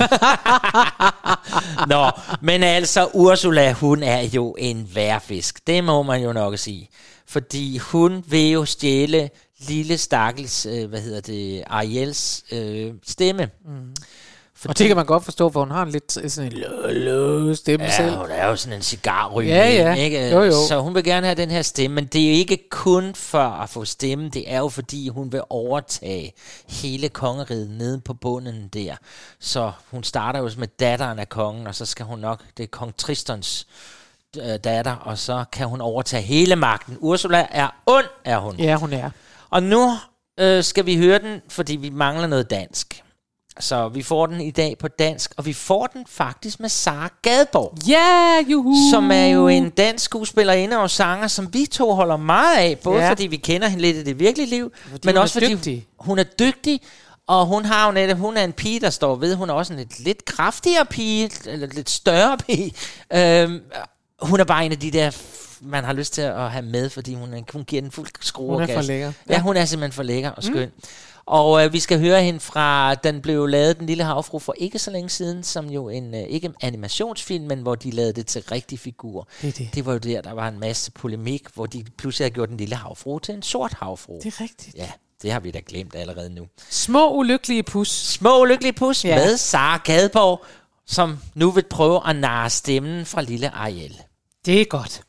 Nå, men altså Ursula, hun er jo en værfisk. Det må man jo nok sige. Fordi hun vil jo stjæle lille stakkels, Ariels stemme. Og det kan man godt forstå, for hun har en lidt sådan en stemme selv. Ja, hun er jo sådan en cigarryg. Ikke? Jo. Så hun vil gerne have den her stemme, men det er jo ikke kun for at få stemme, det er jo fordi, hun vil overtage hele kongeriget nede på bunden der. Så hun starter jo med datteren af kongen, og så skal hun nok, det er kong Tristans datter, og så kan hun overtage hele magten. Ursula er ond, er hun. Ja, hun er. Og nu skal vi høre den, fordi vi mangler noget dansk. Så vi får den i dag på dansk, og vi får den faktisk med Sara Gadborg. Ja, juhu! Som er jo en dansk skuespillerinde og sanger, som vi to holder meget af, både fordi vi kender hende lidt i det virkelige liv, men også fordi hun er dygtig, og hun har jo netop, hun er en pige, der står ved, hun er også en lidt kraftigere pige, eller lidt større pige. Hun er bare en af de der, man har lyst til at have med, fordi hun giver den fuld skrue. Hun er for lækker. Ja, hun er simpelthen for lækker og skøn. Og vi skal høre hende fra, den blev lavet, Den Lille Havfrue, for ikke så længe siden, som jo ikke en animationsfilm, men hvor de lavede det til rigtig figur. Det var jo der var en masse polemik, hvor de pludselig havde gjort Den Lille Havfrue til en sort havfrue. Det er rigtigt. Ja, det har vi da glemt allerede nu. Små ulykkelige pus med Sara Gadborg, som nu vil prøve at narre stemmen fra lille Ariel. Det er godt.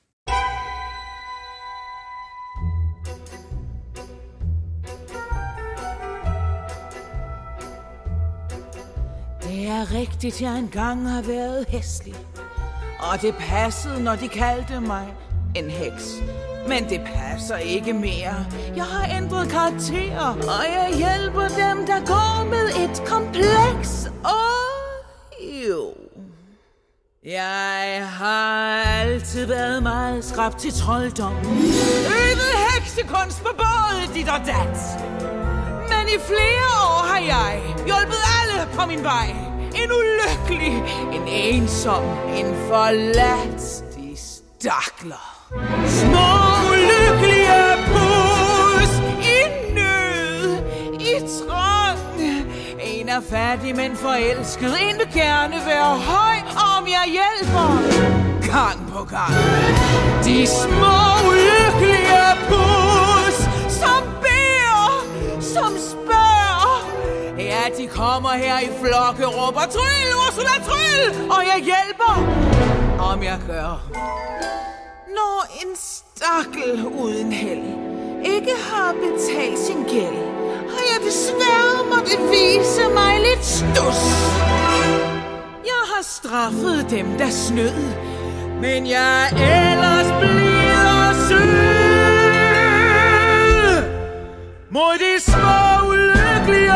Det er rigtigt, jeg engang har været hæslig. Og det passede, når de kaldte mig en heks. Men det passer ikke mere. Jeg har ændret karakter, og jeg hjælper dem, der går med et kompleks. Jo. Jeg har altid været meget skrab til trolddom. Øvet heksekunst på både dit og dat. Men i flere år har jeg hjulpet alle på min vej. En ulykkelig, en ensom, en forladt, de stakler. Små ulykkelige pus i nød, i trang. En er fattig, men forelsket. En vil gerne være høj, om jeg hjælper gang på gang. De små ulykkelige pus, som beder, som spørger. Ja, de kommer her i flokke, råber tryl, Ursula, tryl, og jeg hjælper, om jeg gør. Når en stakkel uden held ikke har betalt sin gæld, har jeg desværre måtte vise mig lidt stus. Jeg har straffede dem, der snød. Men jeg ellers bliver sød mod de små ulykkelige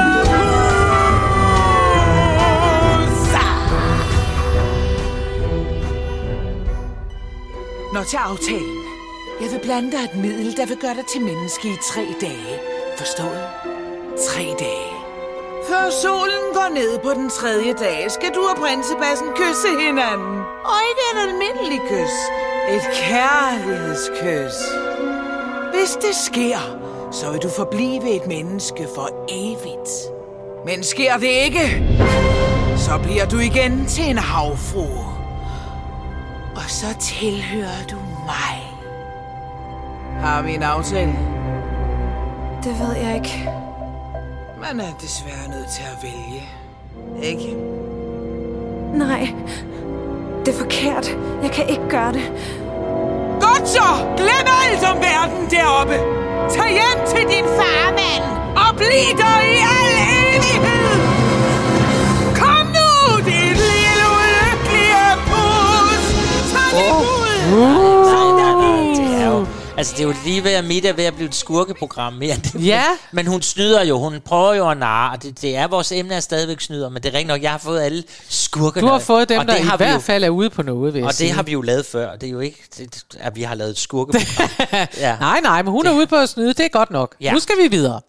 Nå, til aftalen. Jeg vil blande dig et middel, der vil gøre dig til menneske i 3 dage. Forstået? 3 dage. Før solen går ned på den 3. dag, skal du og prinsebassen kysse hinanden. Og ikke et almindeligt kys. Et kærlighedskys. Hvis det sker, så vil du forblive et menneske for evigt. Men sker det ikke, så bliver du igen til en havfrue. Og så tilhører du mig. Har vi en aftale? Det ved jeg ikke. Man er desværre nødt til at vælge. Ikke? Nej, det er forkert. Jeg kan ikke gøre det. Godt så! Glem alt om verden deroppe! Tag hjem til din farmand og bliv der i al evighed! Kom nu, dit lille ulykkelige pus! Tag det ud! Altså, det er jo lige ved at Mida ved at blive et skurkeprogram mere. Ja. Men hun snyder jo. Hun prøver jo at narre. Og det er vores emne er stadigvæk snyder. Men det er rigtigt nok, jeg har fået alle skurkerne. Du har fået dem, der i hvert fald er ude på noget, vil jeg sige. Og det har vi jo lavet før. Det er jo ikke, at vi har lavet et skurkeprogram. Ja. Nej, men hun er ude på at snyde. Det er godt nok. Ja. Nu skal vi videre.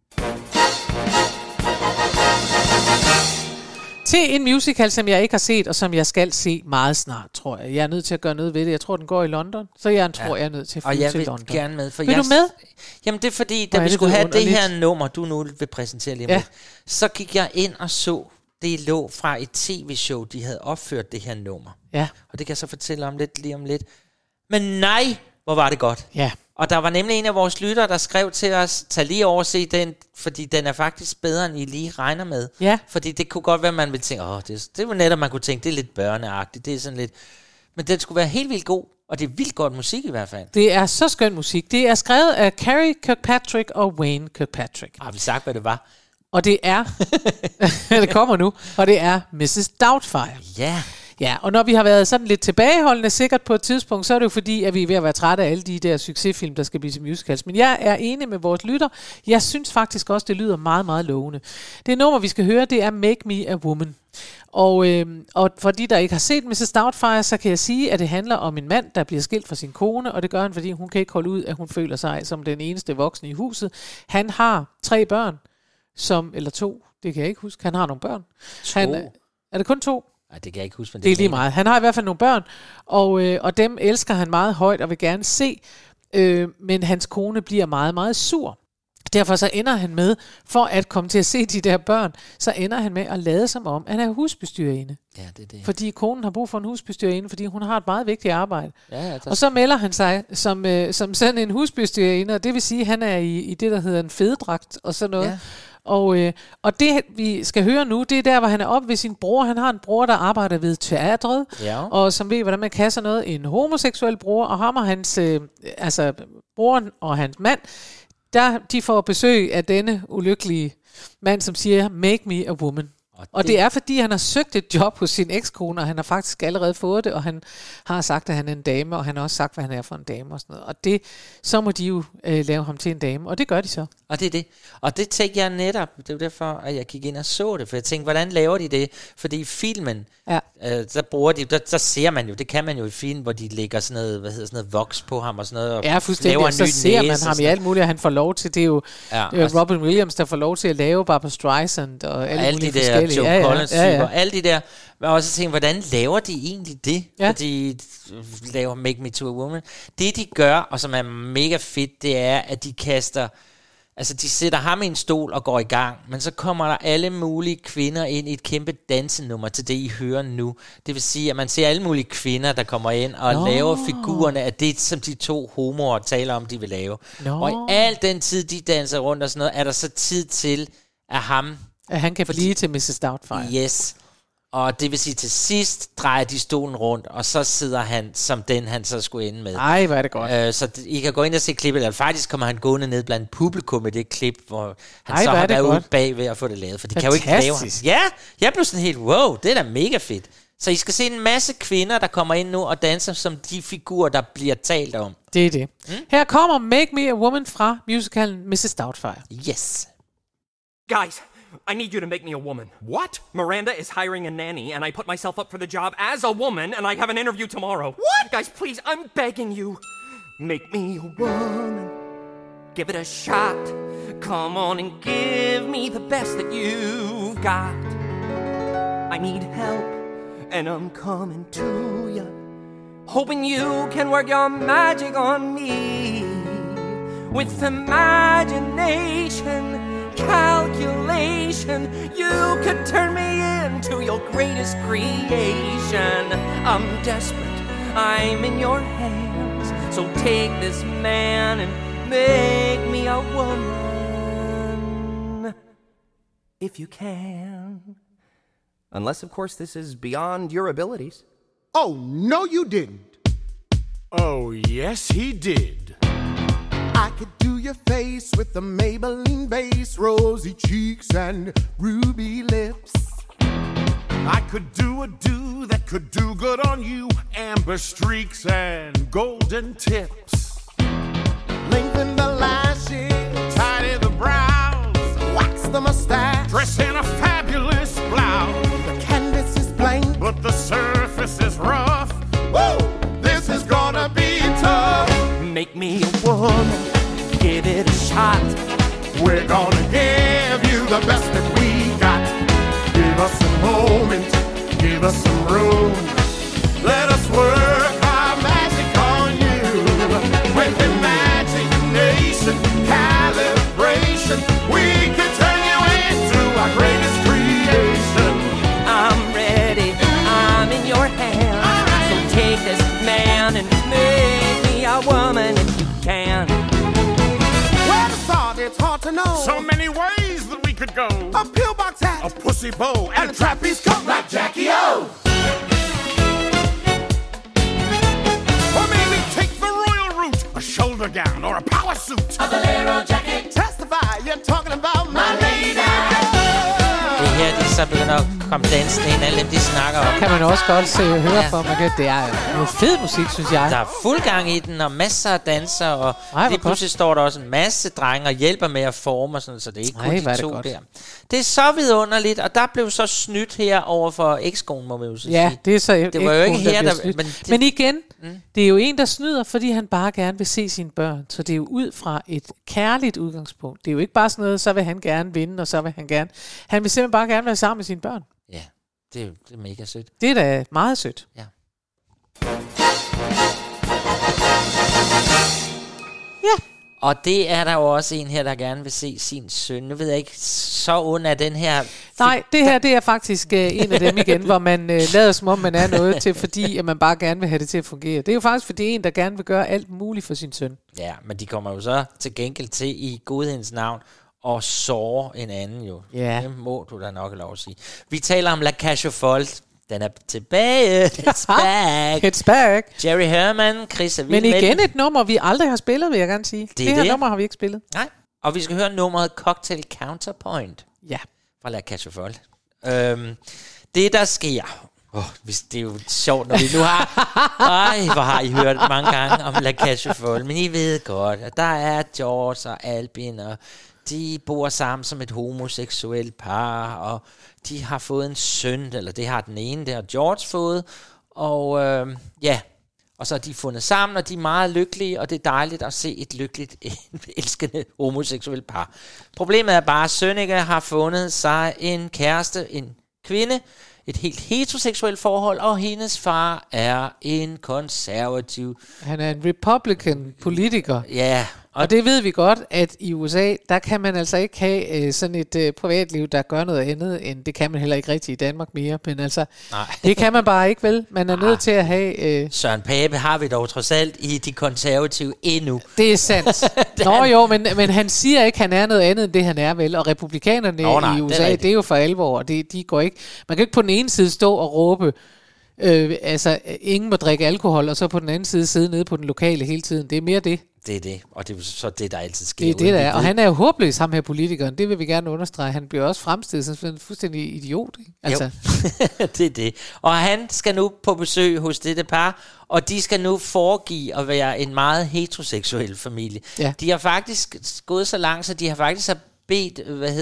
Til en musical, som jeg ikke har set, og som jeg skal se meget snart, tror jeg. Jeg er nødt til at gøre noget ved det. Jeg tror, den går i London, så jeg tror, jeg er nødt til at flyve til London. Og jeg vil gerne med. For vil du med? Jamen, det er fordi, da vi skulle have det her nummer, du nu vil præsentere lige med, så gik jeg ind og så, det lå fra et tv-show, de havde opført det her nummer. Ja. Og det kan jeg så fortælle om lige om lidt. Men nej, hvor var det godt. Ja. Og der var nemlig en af vores lyttere, der skrev til os, tag lige over og se den, fordi den er faktisk bedre, end I lige regner med. Ja. Fordi det kunne godt være, at man ville tænke, det var netop, man kunne tænke, det er lidt børneagtigt, det er sådan lidt... Men den skulle være helt vildt god, og det er vildt godt musik i hvert fald. Det er så skøn musik. Det er skrevet af Carrie Kirkpatrick og Wayne Kirkpatrick. Har vi sagt, hvad det var? Og det er... det kommer nu. Og det er Mrs. Doubtfire. Ja. Ja, og når vi har været sådan lidt tilbageholdende sikkert på et tidspunkt, så er det jo fordi, at vi er ved at være trætte af alle de der succesfilm, der skal blive til musicals. Men jeg er enig med vores lytter. Jeg synes faktisk også, det lyder meget, meget lovende. Det nummer, vi skal høre, det er Make Me a Woman. Og for de, der ikke har set Mrs. Doubtfire, så kan jeg sige, at det handler om en mand, der bliver skilt fra sin kone, og det gør han, fordi hun kan ikke holde ud, at hun føler sig som den eneste voksne i huset. Han har 3 børn, eller 2, det kan jeg ikke huske. Han har nogle børn. 2? Er det kun 2? Nej, det kan jeg ikke huske. Men det er lige meget. Han har i hvert fald nogle børn, og dem elsker han meget højt og vil gerne se, men hans kone bliver meget, meget sur. Derfor så ender han med, for at komme til at se de der børn, så ender han med at lade som om, han er husbestyrerinde. Ja, det er det. Fordi konen har brug for en husbestyrerinde, fordi hun har et meget vigtigt arbejde. Ja, og så melder han sig som sådan en husbestyrerinde, og det vil sige, at han er i det, der hedder en fededragt og sådan noget. Ja. Og det, vi skal høre nu, det er der, hvor han er oppe ved sin bror. Han har en bror, der arbejder ved teatret, og som ved, hvordan man kan sådan noget. En homoseksuel bror, og ham og hans, broren og hans mand, de får besøg af denne ulykkelige mand, som siger, make me a woman. Og det er, fordi han har søgt et job hos sin ekskone, og han har faktisk allerede fået det, og han har sagt, at han er en dame, og han har også sagt, hvad han er for en dame og sådan noget. Og så må de jo lave ham til en dame, og det gør de så. Og det er det. Og det tænkte jeg netop, det var derfor, at jeg gik ind og så det, for jeg tænkte, hvordan laver de det? Fordi i filmen, der bruger de, der ser man jo, det kan man jo i film, hvor de lægger sådan noget voks på ham og sådan noget, og fuldstændig, så ser man ham i alt muligt, og han får lov til, det er jo Robin Williams, der får lov til at lave Barbra Streisand og alle mulige forskellige. Joe Collins typer, alle de der. Og også tænke, hvordan laver de egentlig det? Fordi de laver Make Me to a Woman. Det de gør, og som er mega fedt, det er, at de kaster, altså de sætter ham i en stol og går i gang, men så kommer der alle mulige kvinder ind i et kæmpe dansenummer til det, I hører nu. Det vil sige, at man ser alle mulige kvinder, der kommer ind og laver figurerne af det, som de 2 homoer taler om, de vil lave. Og i al den tid, de danser rundt og sådan noget, er der så tid til, at han kan blive til Mrs. Doubtfire. Yes. Og det vil sige, til sidst drejer de stolen rundt, og så sidder han som den, han så skulle ende med. Ej, hvor er det godt. Så I kan gå ind og se klippet, eller faktisk kommer han gående ned blandt publikum i det klip, hvor han så har været ude bagved at få det lavet, for de kan jo ikke lave ham. Ja, jeg blev sådan helt, wow, det er da mega fedt. Så I skal se en masse kvinder, der kommer ind nu og danser som de figurer, der bliver talt om. Det er det. Her kommer Make Me a Woman fra musicalen Mrs. Doubtfire. Yes. Guys, I need you to make me a woman. What? Miranda is hiring a nanny, and I put myself up for the job as a woman, and I have an interview tomorrow. What? Guys, please, I'm begging you. Make me a woman. Give it a shot. Come on and give me the best that you've got. I need help, and I'm coming to you. Hoping you can work your magic on me. With imagination, calculation, you could turn me into your greatest creation. I'm desperate, I'm in your hands. So take this man and make me a woman, if you can. Unless, of course, this is beyond your abilities. Oh, no you didn't. Oh, yes he did. I could do your face with the Maybelline base, rosy cheeks and ruby lips. I could do a do that could do good on you, amber streaks and golden tips. Lengthen the lashes, tidy the brows, wax the mustache, dress in a fabulous blouse. The canvas is blank, but the surface is rough. Woo! This is gonna be tough. Make me a woman, give it a shot. We're gonna give you the best that we got. Give us a moment, give us some room. Let us work our magic on you. With imagination, calibration, we can turn you into our greatest creation. I'm ready, I'm in your hands. Right. So take this man and make me a woman if you can. Where to start, it's hard to know. So many ways that we could go. A pillbox hat, a pussy bow, and a trapeze coat like Jackie O. Or maybe take the royal route, a shoulder gown or a power suit. A bolero jacket. Testify, you're talking about my lady. Det her, de så begynder at komme dansende ind, alle dem, de snakker om. Kan man også godt høre for, man kan. Det er jo fed musik, synes jeg. Der er fuld gang i den, og masser af danser, og lige pludselig står der også en masse drenge og hjælper med at forme, og sådan, så det er ikke kun de to der. Det er så vidunderligt, og der blev så snydt her over for ekskonen, må man jo sige. Ja, det er så det var jo ikke her, der... Men igen, det er jo en, der snyder, fordi han bare gerne vil se sine børn. Så det er jo ud fra et kærligt udgangspunkt. Det er jo ikke bare sådan noget, så vil han gerne vinde, og så vil han gerne... Han vil simpelthen bare gerne være sammen med sine børn. Ja, det er mega sødt. Det er da meget sødt. Ja. Ja. Og det er der jo også en her, der gerne vil se sin søn. Nu ved jeg ikke, så ond af den her... Nej, det her det er faktisk en af dem igen, hvor man lader som om man er noget til, fordi at man bare gerne vil have det til at fungere. Det er jo faktisk fordi en, der gerne vil gøre alt muligt for sin søn. Ja, men de kommer jo så til gengæld til i godhedens navn og såre en anden jo. Ja. Det må du da nok lov at sige. Vi taler om La Cage aux Folles. Den er tilbage. It's back. It's back. Jerry Herman, Chris er vild. Men igen et nummer, vi aldrig har spillet, vil jeg gerne sige. Det her nummer har vi ikke spillet. Nej. Og vi skal høre nummeret Cocktail Counterpoint. Ja. Fra La Cage aux Folles. Det der sker... det er jo sjovt, når vi nu har... hvor har I hørt mange gange om La Cage aux Folles. Men I ved godt, at der er George og Albin, og de bor sammen som et homoseksuelt par, og de har fået en søn, eller det har den ene, det har George fået, og og så er de fundet sammen, og de er meget lykkelige, og det er dejligt at se et lykkeligt, elskende homoseksuelt par. Problemet er bare, at Sønneke har fundet sig en kæreste, en kvinde, et helt heteroseksuelt forhold, og hendes far er en konservativ. Han er en Republican politiker. Ja. Og det ved vi godt, at i USA, der kan man altså ikke have sådan et privatliv, der gør noget andet, end det kan man heller ikke rigtig i Danmark mere. Men altså, det kan man bare ikke, vel? Man er nødt til at have... Søren Pape har vi dog trods alt i de konservative endnu. Det er sandt. Nå jo, men han siger ikke, at han er noget andet, end det han er, vel? Og republikanerne i USA, det er jo for alvor, og de går ikke... Man kan ikke på den ene side stå og råbe... ingen må drikke alkohol, og så på den anden side sidde nede på den lokale hele tiden. Det er mere det. Det er det, og det er så det, der altid sker. Det er det, der er. Og han er jo håbløs, ham her politikeren. Det vil vi gerne understrege. Han bliver også fremstillet som en fuldstændig idiot. Ikke? Altså. Det er det. Og han skal nu på besøg hos dette par, og de skal nu foregive at være en meget heteroseksuel familie. Ja. De har faktisk gået så langt, så de har faktisk bedt,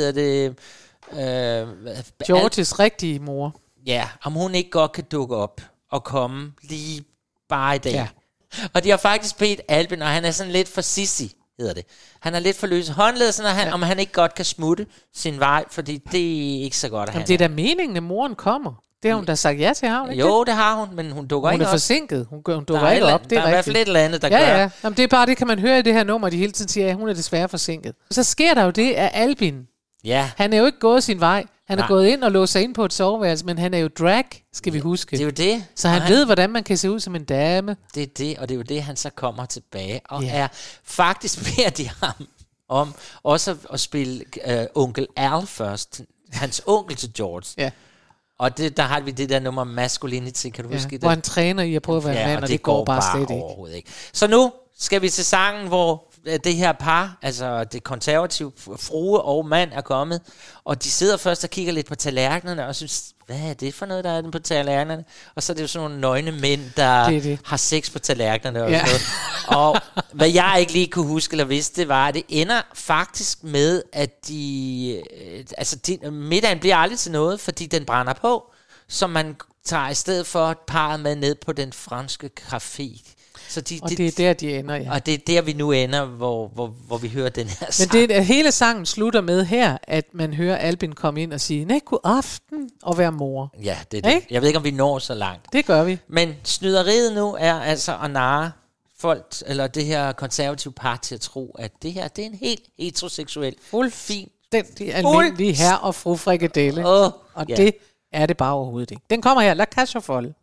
Georges rigtige mor. Ja, om hun ikke godt kan dukke op og komme lige bare i dag. Ja. Og de har faktisk bedt Albin, og han er sådan lidt for sissy, hedder det. Han er lidt for løs håndled, sådan om han ikke godt kan smutte sin vej, fordi det er ikke så godt at have. Det er da meningen, at moren kommer. Det har hun da sagt ja til, har hun ikke? Jo, det har hun, men hun dukker ikke op. Hun er forsinket. Hun dukker ikke op. Der er i hvert fald et eller andet, der gør. Ja. Jamen, det er bare det, kan man høre i det her nummer, de hele tiden siger, at hun er desværre forsinket. Så sker der jo det, at Albin, han er jo ikke gået sin vej. Han er gået ind og låst sig ind på et soveværelse, men han er jo drag, skal vi huske. Det er jo det. Så han ved, hvordan man kan se ud som en dame. Det er det, og det er jo det, han så kommer tilbage. Og er faktisk beder de ham om også at spille onkel Al først. Hans onkel til George. Ja. Og der har vi det der nummer Masculinity, kan du huske det? Hvor han træner i at prøve at være mand, og det går bare slet ikke. Så nu skal vi til sangen, hvor det her par, altså det konservative frue og mand er kommet, og de sidder først og kigger lidt på tallerkenerne og synes, hvad er det for noget, der er på tallerkenerne? Og så er det jo sådan nogle nøgne mænd, der har sex på tallerkenerne og sådan noget. Og hvad jeg ikke lige kunne huske eller vidste, det var, at det ender faktisk med, at middagen bliver aldrig til noget, fordi den brænder på, så man tager i stedet for parret med ned på den franske café. Så det er der, de ender, ja. Og det er der, vi nu ender, hvor vi hører den her sang. Men hele sangen slutter med her, at man hører Albin komme ind og sige, nej, god aften, og være mor. Ja, det er det. Jeg ved ikke, om vi når så langt. Det gør vi. Men snyderiet nu er altså at narre folk, eller det her konservative par til at tro, at det her, det er en helt heteroseksuel, fin, almindelig herre og fru frikadelle. Og det er det bare overhovedet ikke. Den kommer her, La Cage aux Folles.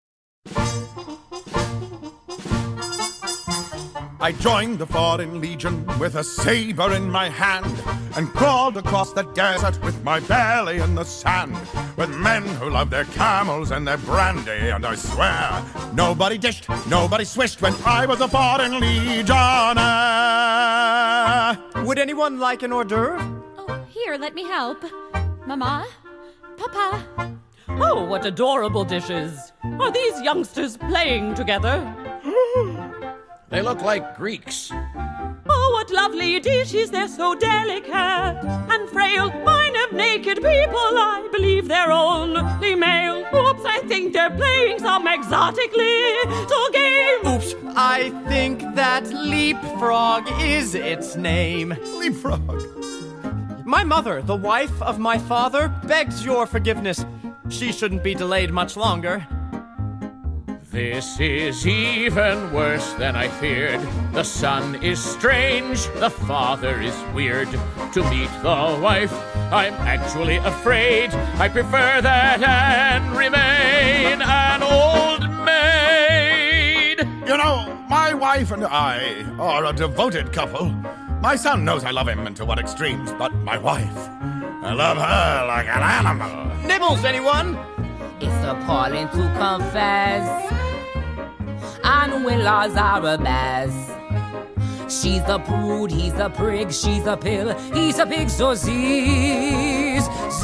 I joined the Foreign Legion with a saber in my hand and crawled across the desert with my belly in the sand with men who love their camels and their brandy, and I swear nobody dished, nobody swished when I was a Foreign Legionnaire. Would anyone like an hors d'oeuvre? Oh, here, let me help. Mama? Papa? Oh, what adorable dishes. Are these youngsters playing together? They look like Greeks. Oh, what lovely dishes, they're so delicate and frail. Mine of naked people, I believe they're only male. Oops, I think they're playing some exotic little game. Oops, I think that leapfrog is its name. Leapfrog? My mother, the wife of my father, begs your forgiveness. She shouldn't be delayed much longer. This is even worse than I feared. The son is strange, the father is weird. To meet the wife, I'm actually afraid. I prefer that and remain an old maid. You know, my wife and I are a devoted couple. My son knows I love him and to what extremes, but my wife, I love her like an animal. Nibbles, anyone? It's appalling to confess, and when laws are a mess. She's a prude, he's a prig, she's a pill, he's a pig, so zeez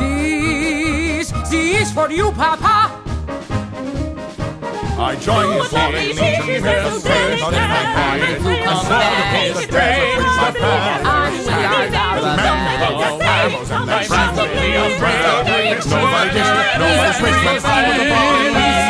for you, Papa. I joined the Foreign Legion with a saber in my hand, and saw the strange my path. Men love their camels and their brandy, afraid. Nobody dished, nobody switched when I was a Foreign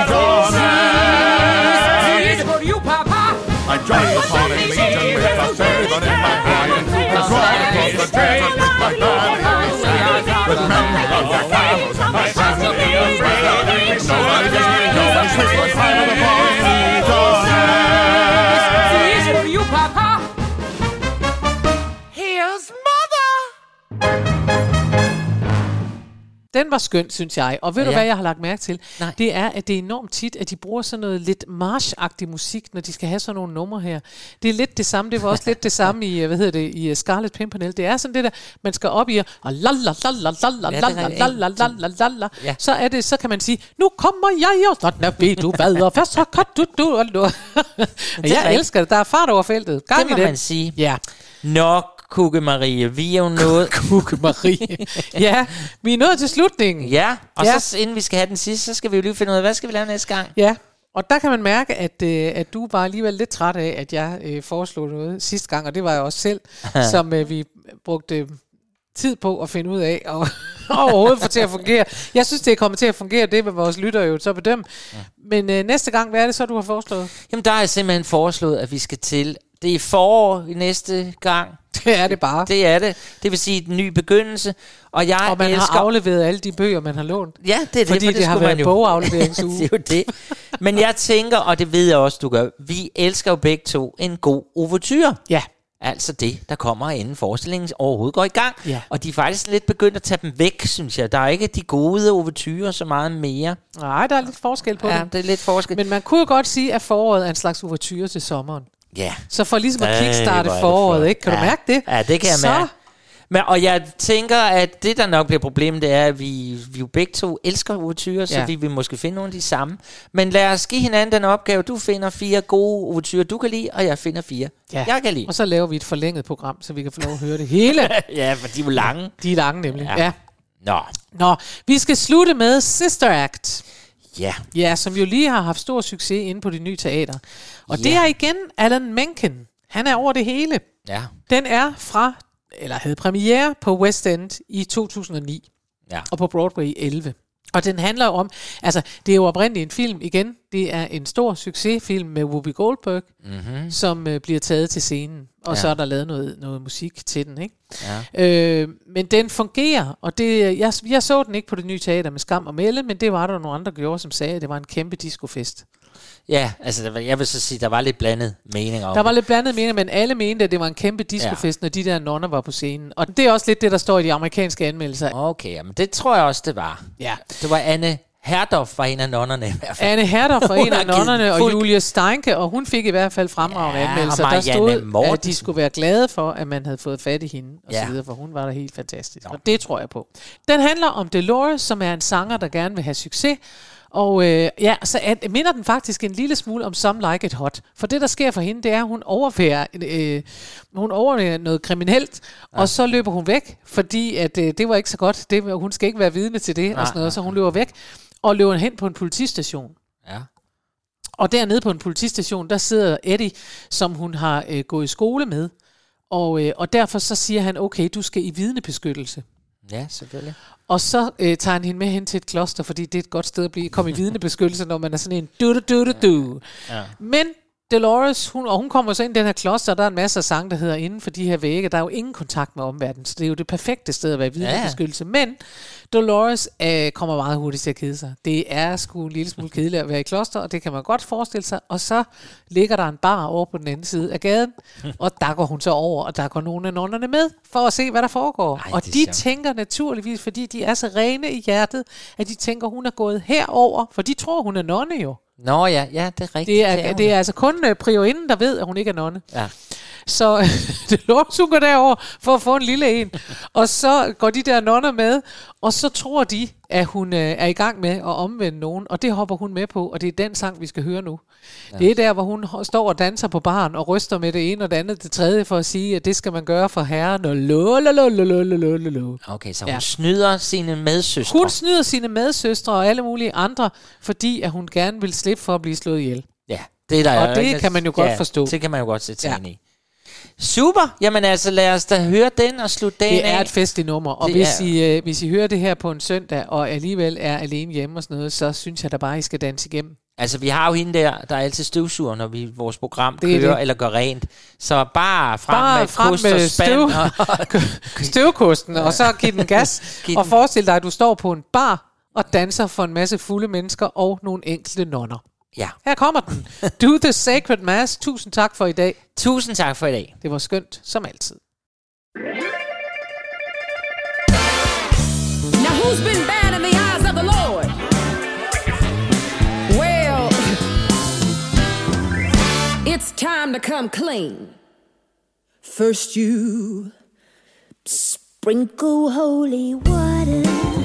Legionnaire. For you, Papa. I joined the Foreign Legion with a saber in my hand, and crawled across the desert with my body in the sand. With men love their camels and their brandy, afraid. Nobody dished, nobody switched when I was a Foreign Legionnaire. For you, Papa. Here's Mother. Den var skøn, synes jeg. Og ved du, hvad jeg har lagt mærke til? Nej. Det er, at det er enormt tit, at de bruger sådan noget lidt march-agtig musik, når de skal have sådan nogle numre her. Det er lidt det samme. Det var også lidt det samme i, i Scarlet Pimpernel. Det er sådan det der, man skal op i, og så kan man sige, nu kommer jeg, og sådan ved du hvad, og først så kan du. Jeg elsker det. Der er fart over feltet. Det må man sige. Ja. Nok, Kukke Marie, vi er jo nået... Kukke Marie. Ja, vi er nået til slutningen. Ja, og så inden vi skal have den sidste, så skal vi jo lige finde ud af, hvad skal vi lave næste gang? Ja, og der kan man mærke, at du var alligevel lidt træt af, at jeg foreslog noget sidste gang, og det var jeg også selv, som vi brugte tid på at finde ud af, og overhovedet få til at fungere. Jeg synes, det er kommet til at fungere, det vil vores lytter jo så bedømme. Men næste gang, hvad er det så, du har foreslået? Jamen, der har jeg simpelthen foreslået, at vi skal til... Det er forår i næste gang. Det er det bare. Det er det. Det vil sige en ny begyndelse. Og man har afleveret alle de bøger, man har lånt. Ja, det er det. Fordi det har været bogafleveringsuge. Det er jo det. Men jeg tænker, og det ved jeg også, du gør, vi elsker jo begge to en god ouverture. Ja. Altså det, der kommer inden forestillingen overhovedet går i gang. Ja. Og de er faktisk lidt begyndt at tage dem væk, synes jeg. Der er ikke de gode ouverturer så meget mere. Nej, der er lidt forskel på det er lidt forskel. Men man kunne jo godt sige, at foråret er en slags ouverture til sommeren. Ja. Så for ligesom at kickstarte foråret, ikke? Kan du mærke det? Ja, det kan jeg mærke. Men, og jeg tænker, at det der nok bliver problemet, det er, at vi jo begge to elsker ouverturer, så vi vil måske finde nogle af de samme. Men lad os give hinanden den opgave. Du finder 4 gode ouverturer, du kan lide, og jeg finder 4, jeg kan lide. Og så laver vi et forlænget program, så vi kan få lov at høre det hele. Ja, for de er jo lange. De er lange nemlig, ja. Nå, vi skal slutte med Sister Act. Ja. Ja, som jo lige har haft stor succes inde på Det Nye Teater. Og det er igen Alan Menken. Han er over det hele. Ja. Den er havde premiere på West End i 2009. Ja. Og på Broadway i 11. Og den handler om, altså det er jo oprindeligt en film igen. Det er en stor succesfilm med Whoopi Goldberg, som bliver taget til scenen. Og så er der lavet noget musik til den, ikke? Ja. Men den fungerer, og det, jeg så den ikke på Det Nye Teater med skam og melde, men det var der nogle andre, der gjorde, som sagde, at det var en kæmpe discofest. Ja, altså jeg vil så sige, der var lidt blandet meninger om Der var lidt blandet meninger, men alle mente, at det var en kæmpe discofest, når de der nonner var på scenen. Og det er også lidt det, der står i de amerikanske anmeldelser. Okay, men det tror jeg også, det var. Ja. Det var Anne Herdoff var en af nonnerne i hvert fald. Anne Herdoff var en af nonnerne, og Julia Steinke, og hun fik i hvert fald fremragende anmeldelser. Der stod, at de skulle være glade for, at man havde fået fat i hende, og så videre, for hun var da helt fantastisk. Og det tror jeg på. Den handler om Dolores, som er en sanger, der gerne vil have succes. Og så minder den faktisk en lille smule om Some Like It Hot. For det, der sker for hende, det er, at hun overværer noget kriminelt, og så løber hun væk, fordi at, det var ikke så godt. Hun skal ikke være vidne til det, og sådan noget, så hun løber væk, og løber hen på en politistation. Ja. Og dernede på en politistation, der sidder Eddie, som hun har gået i skole med, og derfor så siger han, okay, du skal i vidnebeskyttelse. Ja, selvfølgelig. Og så tager han hende med hen til et kloster, fordi det er et godt sted at komme i vidnebeskyttelse, når man er sådan en du. Ja. Men Dolores, hun kommer så ind i den her kloster, og der er en masse af sange, der hedder inden for de her vægge. Der er jo ingen kontakt med omverdenen, så det er jo det perfekte sted at være i vidnebeskyttelse. Men Dolores kommer meget hurtigt til at kede sig. Det er sgu en lille smule kedeligt at være i kloster, og det kan man godt forestille sig. Og så ligger der en bar over på den anden side af gaden, og der går hun så over, og der går nogle af nonnerne med, for at se, hvad der foregår. Og de tænker naturligvis, fordi de er så rene i hjertet, at de tænker, hun er gået herover, for de tror, hun er nonne jo. Nå ja, det er rigtigt. Det er altså kun priorinden, der ved, at hun ikke er nonne. Ja. Så Dolores, hun går derover for at få en lille en. Og så går de der nonner med, og så tror de, at hun er i gang med at omvende nogen. Og det hopper hun med på, og det er den sang, vi skal høre nu. Ja. Det er der, hvor hun står og danser på baren og ryster med det ene og det andet, det tredje, for at sige, at det skal man gøre for herren. Okay, så hun snyder sine medsøstre. Hun snyder sine medsøstre og alle mulige andre, fordi at hun gerne vil slippe for at blive slået ihjel. Ja, det er der. Og det kan man jo godt forstå. Det kan man jo godt sætte sig ind i. Super, jamen altså lad os da høre den og slutte dagen af. Det er et festligt nummer, og hvis I hører det her på en søndag, og alligevel er alene hjemme og sådan noget, så synes jeg da bare, I skal danse igennem. Altså vi har jo hende der er altid støvsuger, når vores program kører eller går rent. Så bare frem med kost og spand. Støvkosten, og så giv den gas. Og forestil dig, at du står på en bar og danser for en masse fulde mennesker og nogle enkelte nonner. Ja. Her kommer den. Do the Sacred Mass. Tusind tak for i dag. Tusind tak for i dag. Det var skønt, som altid. Now who's been bad to come clean. First you sprinkle holy water,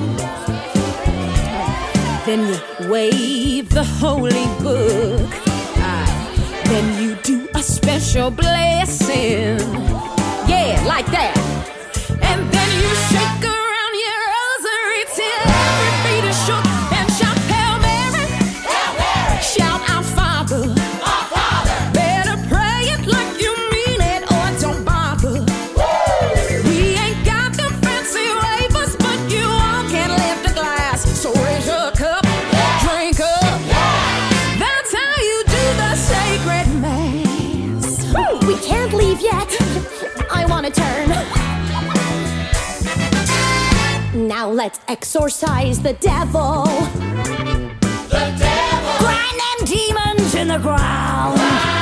then you wave the holy book, then you do a special blessing, yeah, like that. And then you shake around your rosary till every beat is shook, and shout Hail Mary, Hail Mary. Shout Our Father, Our Father. Better pray it like you mean it or don't bother. Woo. We ain't got the fancy wafers, but you all can lift a glass. So raise your cup, yeah. Drink up, yeah. That's how you do the sacred mass. Woo. We can't leave yet. I want to turn. Now let's exorcise the devil. The devil. Grind them demons in the ground.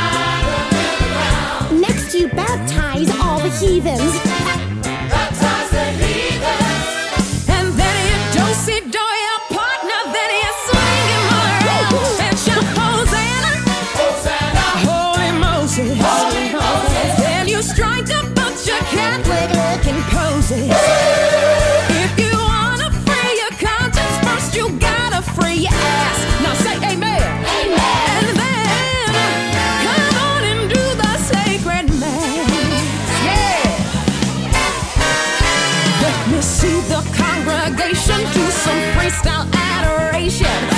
Next you baptize all the heathens. Baptize the heathens. And then you do-si-do your partner, then you swing him around and shout Hosanna, Hosanna, Holy Moses. Holy Moses. Then you strike a bunch of Catholic-looking poses. If you wanna free your conscience, first you gotta free your ass. Now say amen. Amen. And then come on and do the sacred mass. Yeah. Let me see the congregation do some freestyle adoration.